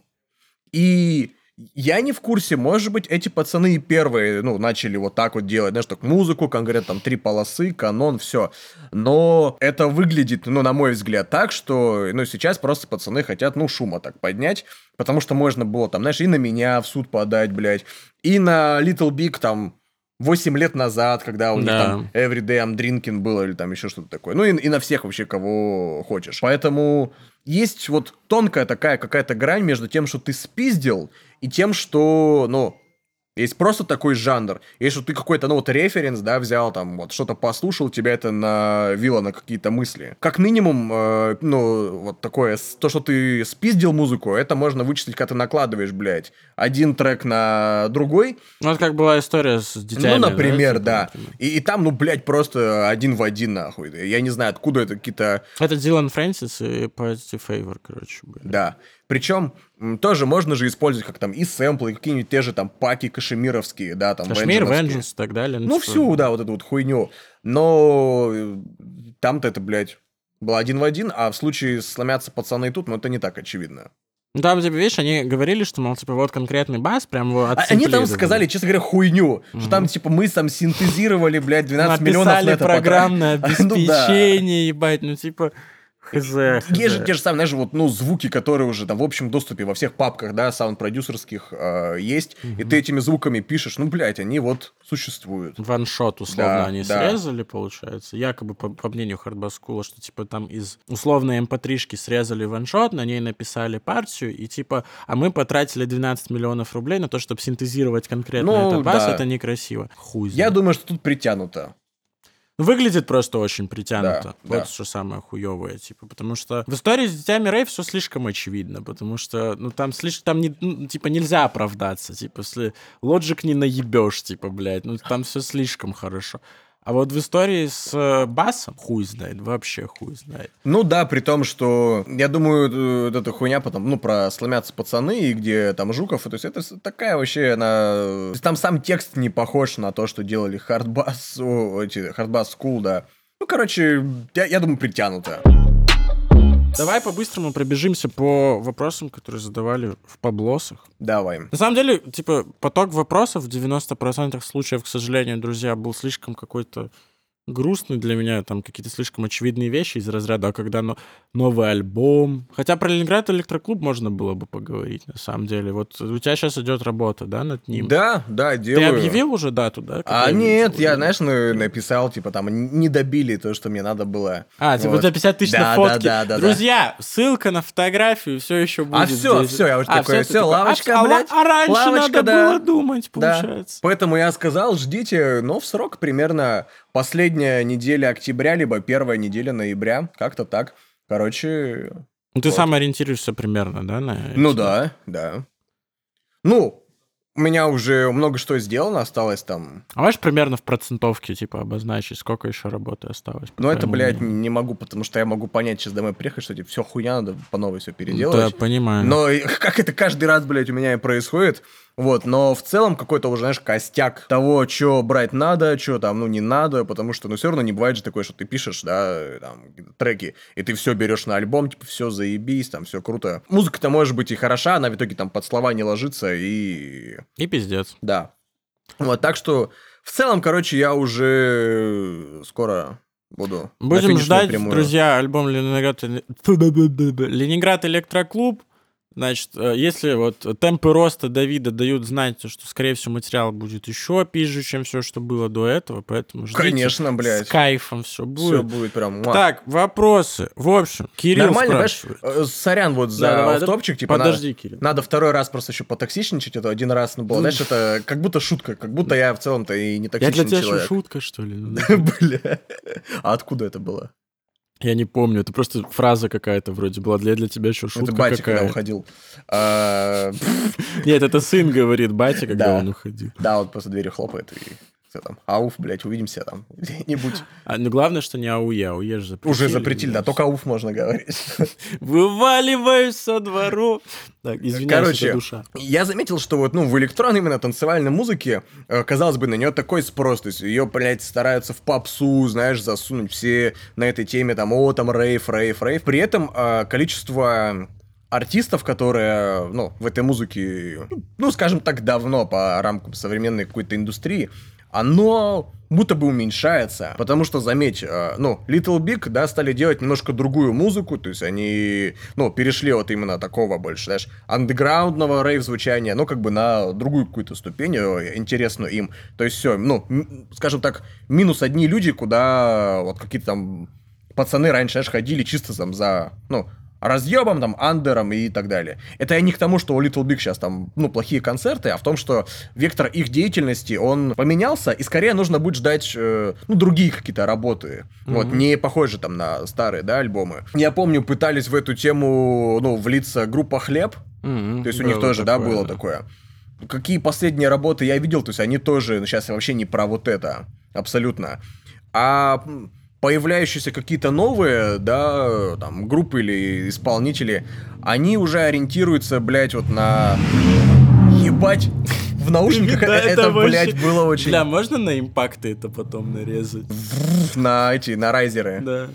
И я не в курсе, может быть, эти пацаны и первые, ну, начали вот так вот делать, знаешь, так музыку, конкретно там 3 полосы, канон, все. Но это выглядит, ну, на мой взгляд, так, что, ну, сейчас просто пацаны хотят, ну, шума так поднять, потому что можно было там, знаешь, и на меня в суд подать, блядь, и на Little Big там 8 лет назад, когда у них там Every Day I'm Drinking было, или там еще что-то такое. Ну, и на всех вообще, кого хочешь. Поэтому есть вот тонкая такая какая-то грань между тем, что ты спиздил, и тем, что, ну, есть просто такой жанр. Если ты какой-то, ну, вот референс, да, взял там, вот что-то послушал, тебя это навило на какие-то мысли. Как минимум, ну, вот такое, то, что ты спиздил музыку, это можно вычислить, когда ты накладываешь, блядь, один трек на другой. Ну, это как была история с детьми. Ну, например, да. Например. И там, ну, блядь, просто один в один, нахуй. Я не знаю, откуда это какие-то... Это Дилан Фрэнсис и Positive Favor, короче, были. Да. Причем тоже можно же использовать как там и сэмплы, и какие-нибудь те же там паки кашемировские, да, там Кашмир, Vengeance Vengeance и так далее. Ну, всю, да, вот эту вот хуйню. Но там-то это, блядь, было один в один, а в случае сломятся пацаны тут, ну, это не так очевидно. Ну, там, типа, видишь, они говорили, что, мол, типа, вот конкретный бас, прям его Они там отсэмплировали. сказали, честно говоря, хуйню, что там, типа, мы там синтезировали, блядь, 12 миллионов на Написали это программное Ну да. обеспечение, ебать, ну, типа... Хз. Есть же те же самые, знаешь, вот, ну, звуки, которые уже там в общем доступе во всех папках, да, саунд-продюсерских есть, и ты этими звуками пишешь, ну, блядь, они вот существуют. Ваншот, условно, Да, они да. срезали, получается. Якобы, по мнению Hard Bass School, что, типа, там из условной mp3-шки срезали ваншот, на ней написали партию, и, типа, а мы потратили 12 миллионов рублей на то, чтобы синтезировать конкретно Ну, этот бас, да. это некрасиво. Хуй Я знает. думаю, что тут притянуто. Выглядит просто очень притянуто. Да, Вот да. что самое хуевое, типа, потому что в истории с детьми Рэй все слишком очевидно, потому что, ну, там слишком, там, не, ну, типа, нельзя оправдаться, типа, если лоджик не наебешь, типа, блядь, ну, там все слишком хорошо. А вот в истории с басом хуй знает, вообще хуй знает. Ну да, при том, что, я думаю, эта хуйня потом, ну, про сломятся пацаны, и где там Жуков, то есть это такая вообще, она... То есть там сам текст не похож на то, что делали Hard Bass School, да. Ну, короче, я думаю, притянуто. Давай по-быстрому пробежимся по вопросам, которые задавали в паблосах. Давай. На самом деле, типа, поток вопросов в 90% случаев, к сожалению, друзья, был слишком какой-то грустный для меня, там какие-то слишком очевидные вещи из разряда, а когда новый альбом. Хотя про Ленинград Электроклуб можно было бы поговорить, на самом деле. Вот у тебя сейчас идет работа, да, над ним? Да, Ты делаю. объявил уже дату, да? Нет, я, знаешь, написал, типа, там, не добили то, что мне надо было. Типа Вот. за 50 тысяч на фотки. Да. Друзья, ссылка на фотографию все еще будет все, здесь. я уже такой, ты такой, лавочка, блядь. А раньше лавочка, надо да. было думать, Да. получается. Поэтому я сказал, ждите, но в срок примерно последняя неделя октября, либо первая неделя ноября, как-то так. Короче... Ну, ты вот. сам ориентируешься примерно, да? На Ну эти? да. Ну, у меня уже много что сделано, осталось там. А можешь примерно в процентовке, типа, обозначить, сколько еще работы осталось? Ну, это, блядь, не могу, потому что я могу понять, сейчас домой приехать, что типа все хуйня, надо по новой все переделать. Да, понимаю. Но как это каждый раз, блядь, у меня и происходит. Вот, но в целом какой-то уже, знаешь, костяк того, что брать надо, что там, ну, не надо, потому что, ну, все равно не бывает же такое, что ты пишешь, да, там, треки, и ты все берешь на альбом, типа, все заебись, там, все круто. Музыка-то может быть и хороша, она в итоге там под слова не ложится, и... И пиздец. Да. Вот, так что, в целом, короче, я уже скоро буду на Будем финишную ждать, прямую. друзья, альбом Ленинград Электроклуб. Значит, если вот темпы роста Давида дают знать, что, скорее всего, материал будет еще пизже, чем все, что было до этого, поэтому ждите. Конечно, блядь. С кайфом все будет. Все будет прям... Так, вопросы. В общем, Кирилл Нормально, спрашивает. знаешь, сорян вот за давай, автопчик, типа, подожди, Кирилл. надо второй раз просто еще потоксичничать, это один раз, ну, было, знаешь, это как будто шутка, как будто я в целом-то и не Я токсичный для тебя человек. что, шутка, что ли? Бля. А откуда это было? Я не помню, это просто фраза какая-то вроде была. Для тебя что, шутка Это батя, когда какая? уходил. Нет, это сын говорит батя, когда Да. он уходил. Да, вот после двери хлопает и все там. Ауф, блядь, увидимся там где-нибудь. Ну, главное, что не ауе же запретили. Уже запретили, да, только ауф можно говорить. Вываливаюсь со двору. Так, извиняюсь, Короче, это душа. я заметил, что вот, ну, в электронной именно танцевальной музыке, казалось бы, на нее такой спрос, то есть ее, блядь, стараются в попсу, знаешь, засунуть все на этой теме, там, там, рейв. При этом количество артистов, которые, ну, в этой музыке, ну, скажем так, давно по рамкам современной какой-то индустрии, оно будто бы уменьшается, потому что, заметь, ну, Little Big, да, стали делать немножко другую музыку, то есть они, ну, перешли вот именно такого больше, знаешь, андеграундного рейв-звучания, ну, как бы на другую какую-то ступень, интересную им, то есть все, ну, скажем так, минус одни люди, куда вот какие-то там пацаны раньше, знаешь, ходили чисто там за, ну, разъебом, там, андером и так далее. Это я не к тому, что у Little Big сейчас там, ну, плохие концерты, а в том, что вектор их деятельности, он поменялся, и скорее нужно будет ждать, ну, другие какие-то работы. Вот, не похожие там на старые, да, альбомы. Я помню, пытались в эту тему, ну, влиться группа «Хлеб», то есть у них тоже, да, было такое. Какие последние работы я видел, то есть они тоже, ну, сейчас вообще не про вот это, абсолютно. А появляющиеся какие-то новые, да, там, группы или исполнители, они уже ориентируются, блядь, вот на... Ебать! В наушниках это, блядь, было очень... Бля, можно на импакты это потом нарезать? На райзеры. Да.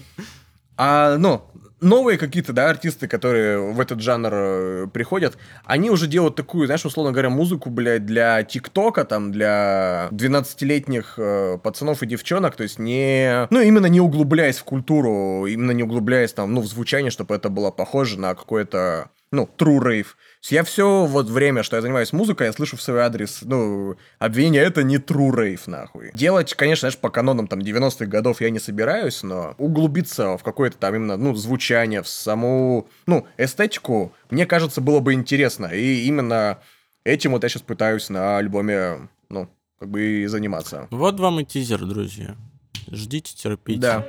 А, ну, новые какие-то, да, артисты, которые в этот жанр приходят, они уже делают такую, знаешь, условно говоря, музыку, блядь, для ТикТока, там, для 12-летних пацанов и девчонок, то есть не... Ну, именно не углубляясь в культуру, именно не углубляясь, там, ну, в звучание, чтобы это было похоже на какое-то, ну, true rave. Я все вот время, что я занимаюсь музыкой, я слышу в свой адрес, ну, обвинение, это не true rave, нахуй. Делать, конечно, знаешь, по канонам там 90-х годов я не собираюсь, но углубиться в какое-то там именно, ну, звучание, в саму, ну, эстетику, мне кажется, было бы интересно. И именно этим вот я сейчас пытаюсь на альбоме, ну, как бы и заниматься. Вот вам и тизер, друзья. Ждите, терпите. Да.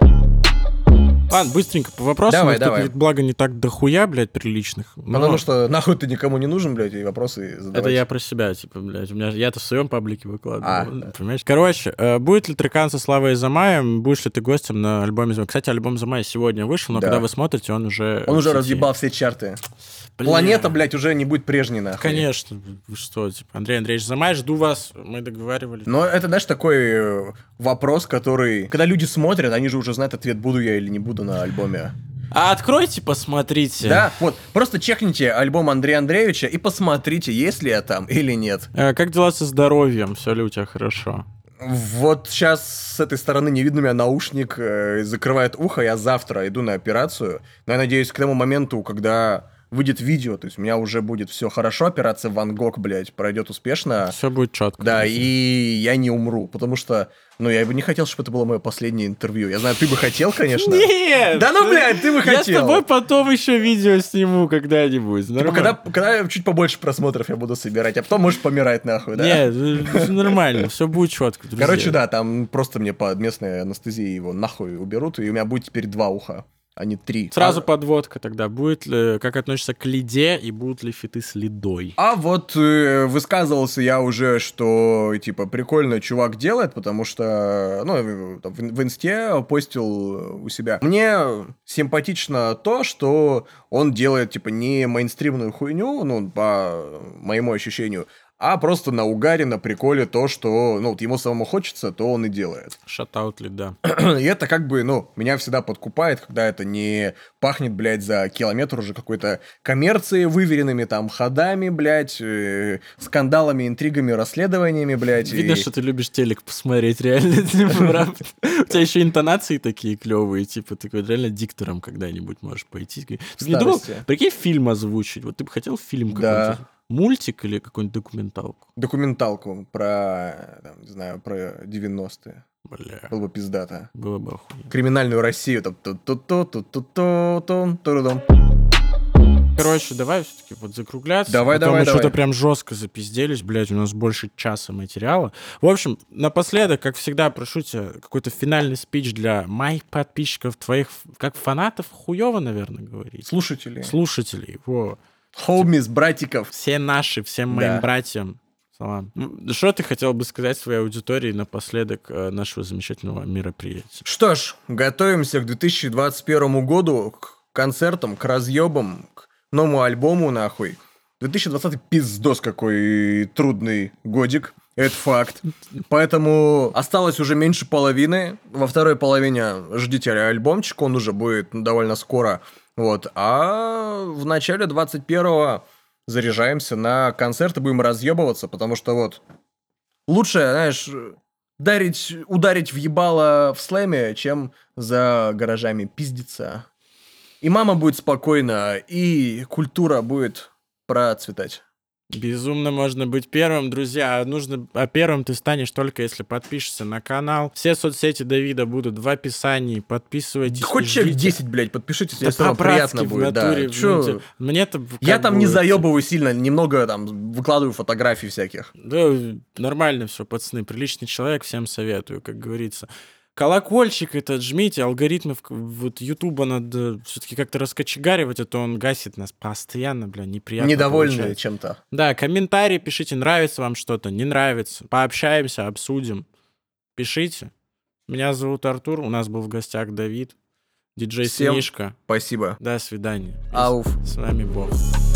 Ладно, быстренько по вопросам. Давай. Благо не так дохуя, блядь, приличных. Но... Потому что нахуй ты никому не нужен, блядь, и вопросы задавать. Это я про себя, типа, блядь. Я-то в своем паблике выкладываю. Да. Понимаешь? Короче, будет ли трекан со Славой Замаем? Будешь ли ты гостем на альбоме Замая? Кстати, альбом Замая сегодня вышел, но Да. когда вы смотрите, он уже... Он в уже сети. разъебал все чарты. Бля. Планета, блядь, уже не будет прежней, нахуй. Конечно. Вы что, типа, Андрей Андреевич Замай, жду вас. Мы договаривались. Но это, знаешь, такой вопрос, который... Когда люди смотрят, они же уже знают ответ, буду я или не буду на альбоме. А откройте, посмотрите. Да, вот, просто чекните альбом Андрея Андреевича и посмотрите, есть ли я там или нет. Как дела со здоровьем? Все ли у тебя хорошо? Вот сейчас с этой стороны не видно, у меня наушник закрывает ухо, я завтра иду на операцию, но я надеюсь, к тому моменту, когда выйдет видео, то есть у меня уже будет все хорошо, операция Ван Гог, блядь, пройдет успешно. Все будет четко. Да, и я не умру, потому что, ну, я бы не хотел, чтобы это было мое последнее интервью. Я знаю, ты бы хотел, конечно. Нет! Да ну, блядь, ты бы хотел. Я с тобой потом еще видео сниму когда-нибудь. Типа, когда чуть побольше просмотров я буду собирать, а потом можешь помирать нахуй, да? Нет, нормально, все будет четко, друзья. Короче, да, там просто мне под местной анестезией его нахуй уберут, и у меня будет теперь 2 уха. а не 3. Сразу подводка тогда. Будет ли, как относишься к лиде и будут ли фиты с лидой? А вот высказывался я уже, что, типа, прикольно чувак делает, потому что, ну, в инсте постил у себя. Мне симпатично то, что он делает, типа, не мейнстримную хуйню, ну, по моему ощущению, а просто на угаре, на приколе то, что, ну, вот ему самому хочется, то он и делает. Шатаут лида. И это как бы, ну, меня всегда подкупает, когда это не пахнет, блядь, за километр уже какой-то коммерцией, выверенными там ходами, блядь, скандалами, интригами, расследованиями, блядь. Видно, что ты любишь телек посмотреть, реально. У тебя еще интонации такие клевые, типа, ты реально диктором когда-нибудь можешь пойти. Ты не думал, прикинь, фильм озвучить? Вот ты бы хотел фильм какой-то? Мультик или какую-нибудь документалку? Документалку про, там, не знаю, про 90-е. Бля. Было бы пиздато. Было бы охуенно. Криминальную Россию. Там, короче, давай все-таки вот закругляться. Давай. Мы что-то прям жестко запизделись, блядь, у нас больше часа материала. В общем, напоследок, как всегда, прошу тебя, какой-то финальный спич для моих подписчиков, твоих, как фанатов, хуёво, наверное, говорить. Слушателей, во. Хоумис, братиков. Все наши, всем моим братьям. Салам. Что ты хотел бы сказать своей аудитории напоследок нашего замечательного мероприятия? Что ж, готовимся к 2021 году, к концертам, к разъебам, к новому альбому, нахуй. 2020 пиздос какой трудный годик. Это факт. Поэтому осталось уже меньше половины. Во второй половине ждите альбомчик, он уже будет довольно скоро. Вот. А в начале 21-го заряжаемся на концерты, будем разъебываться, потому что вот лучше, знаешь, ударить в ебало в слэме, чем за гаражами пиздиться. И мама будет спокойна, и культура будет процветать. Безумно можно быть первым, друзья. А первым ты станешь только если подпишешься на канал. Все соцсети Давида будут в описании. Подписывайтесь. Хоть человек 10, блядь, подпишитесь, если вам приятно будет. Натуре, да. Мне-то я там не заебываю сильно, немного там выкладываю фотографий всяких. Да, нормально все, пацаны. Приличный человек, всем советую, как говорится. Колокольчик этот жмите, алгоритмы вот Ютуба надо все-таки как-то раскочегаривать, а то он гасит нас постоянно, бля, неприятно. Недовольны чем-то. Да, комментарии пишите, нравится вам что-то, не нравится. Пообщаемся, обсудим. Пишите. Меня зовут Артур, у нас был в гостях Давид, диджей Снишка. Спасибо. До свидания. Ауф. С вами Бог.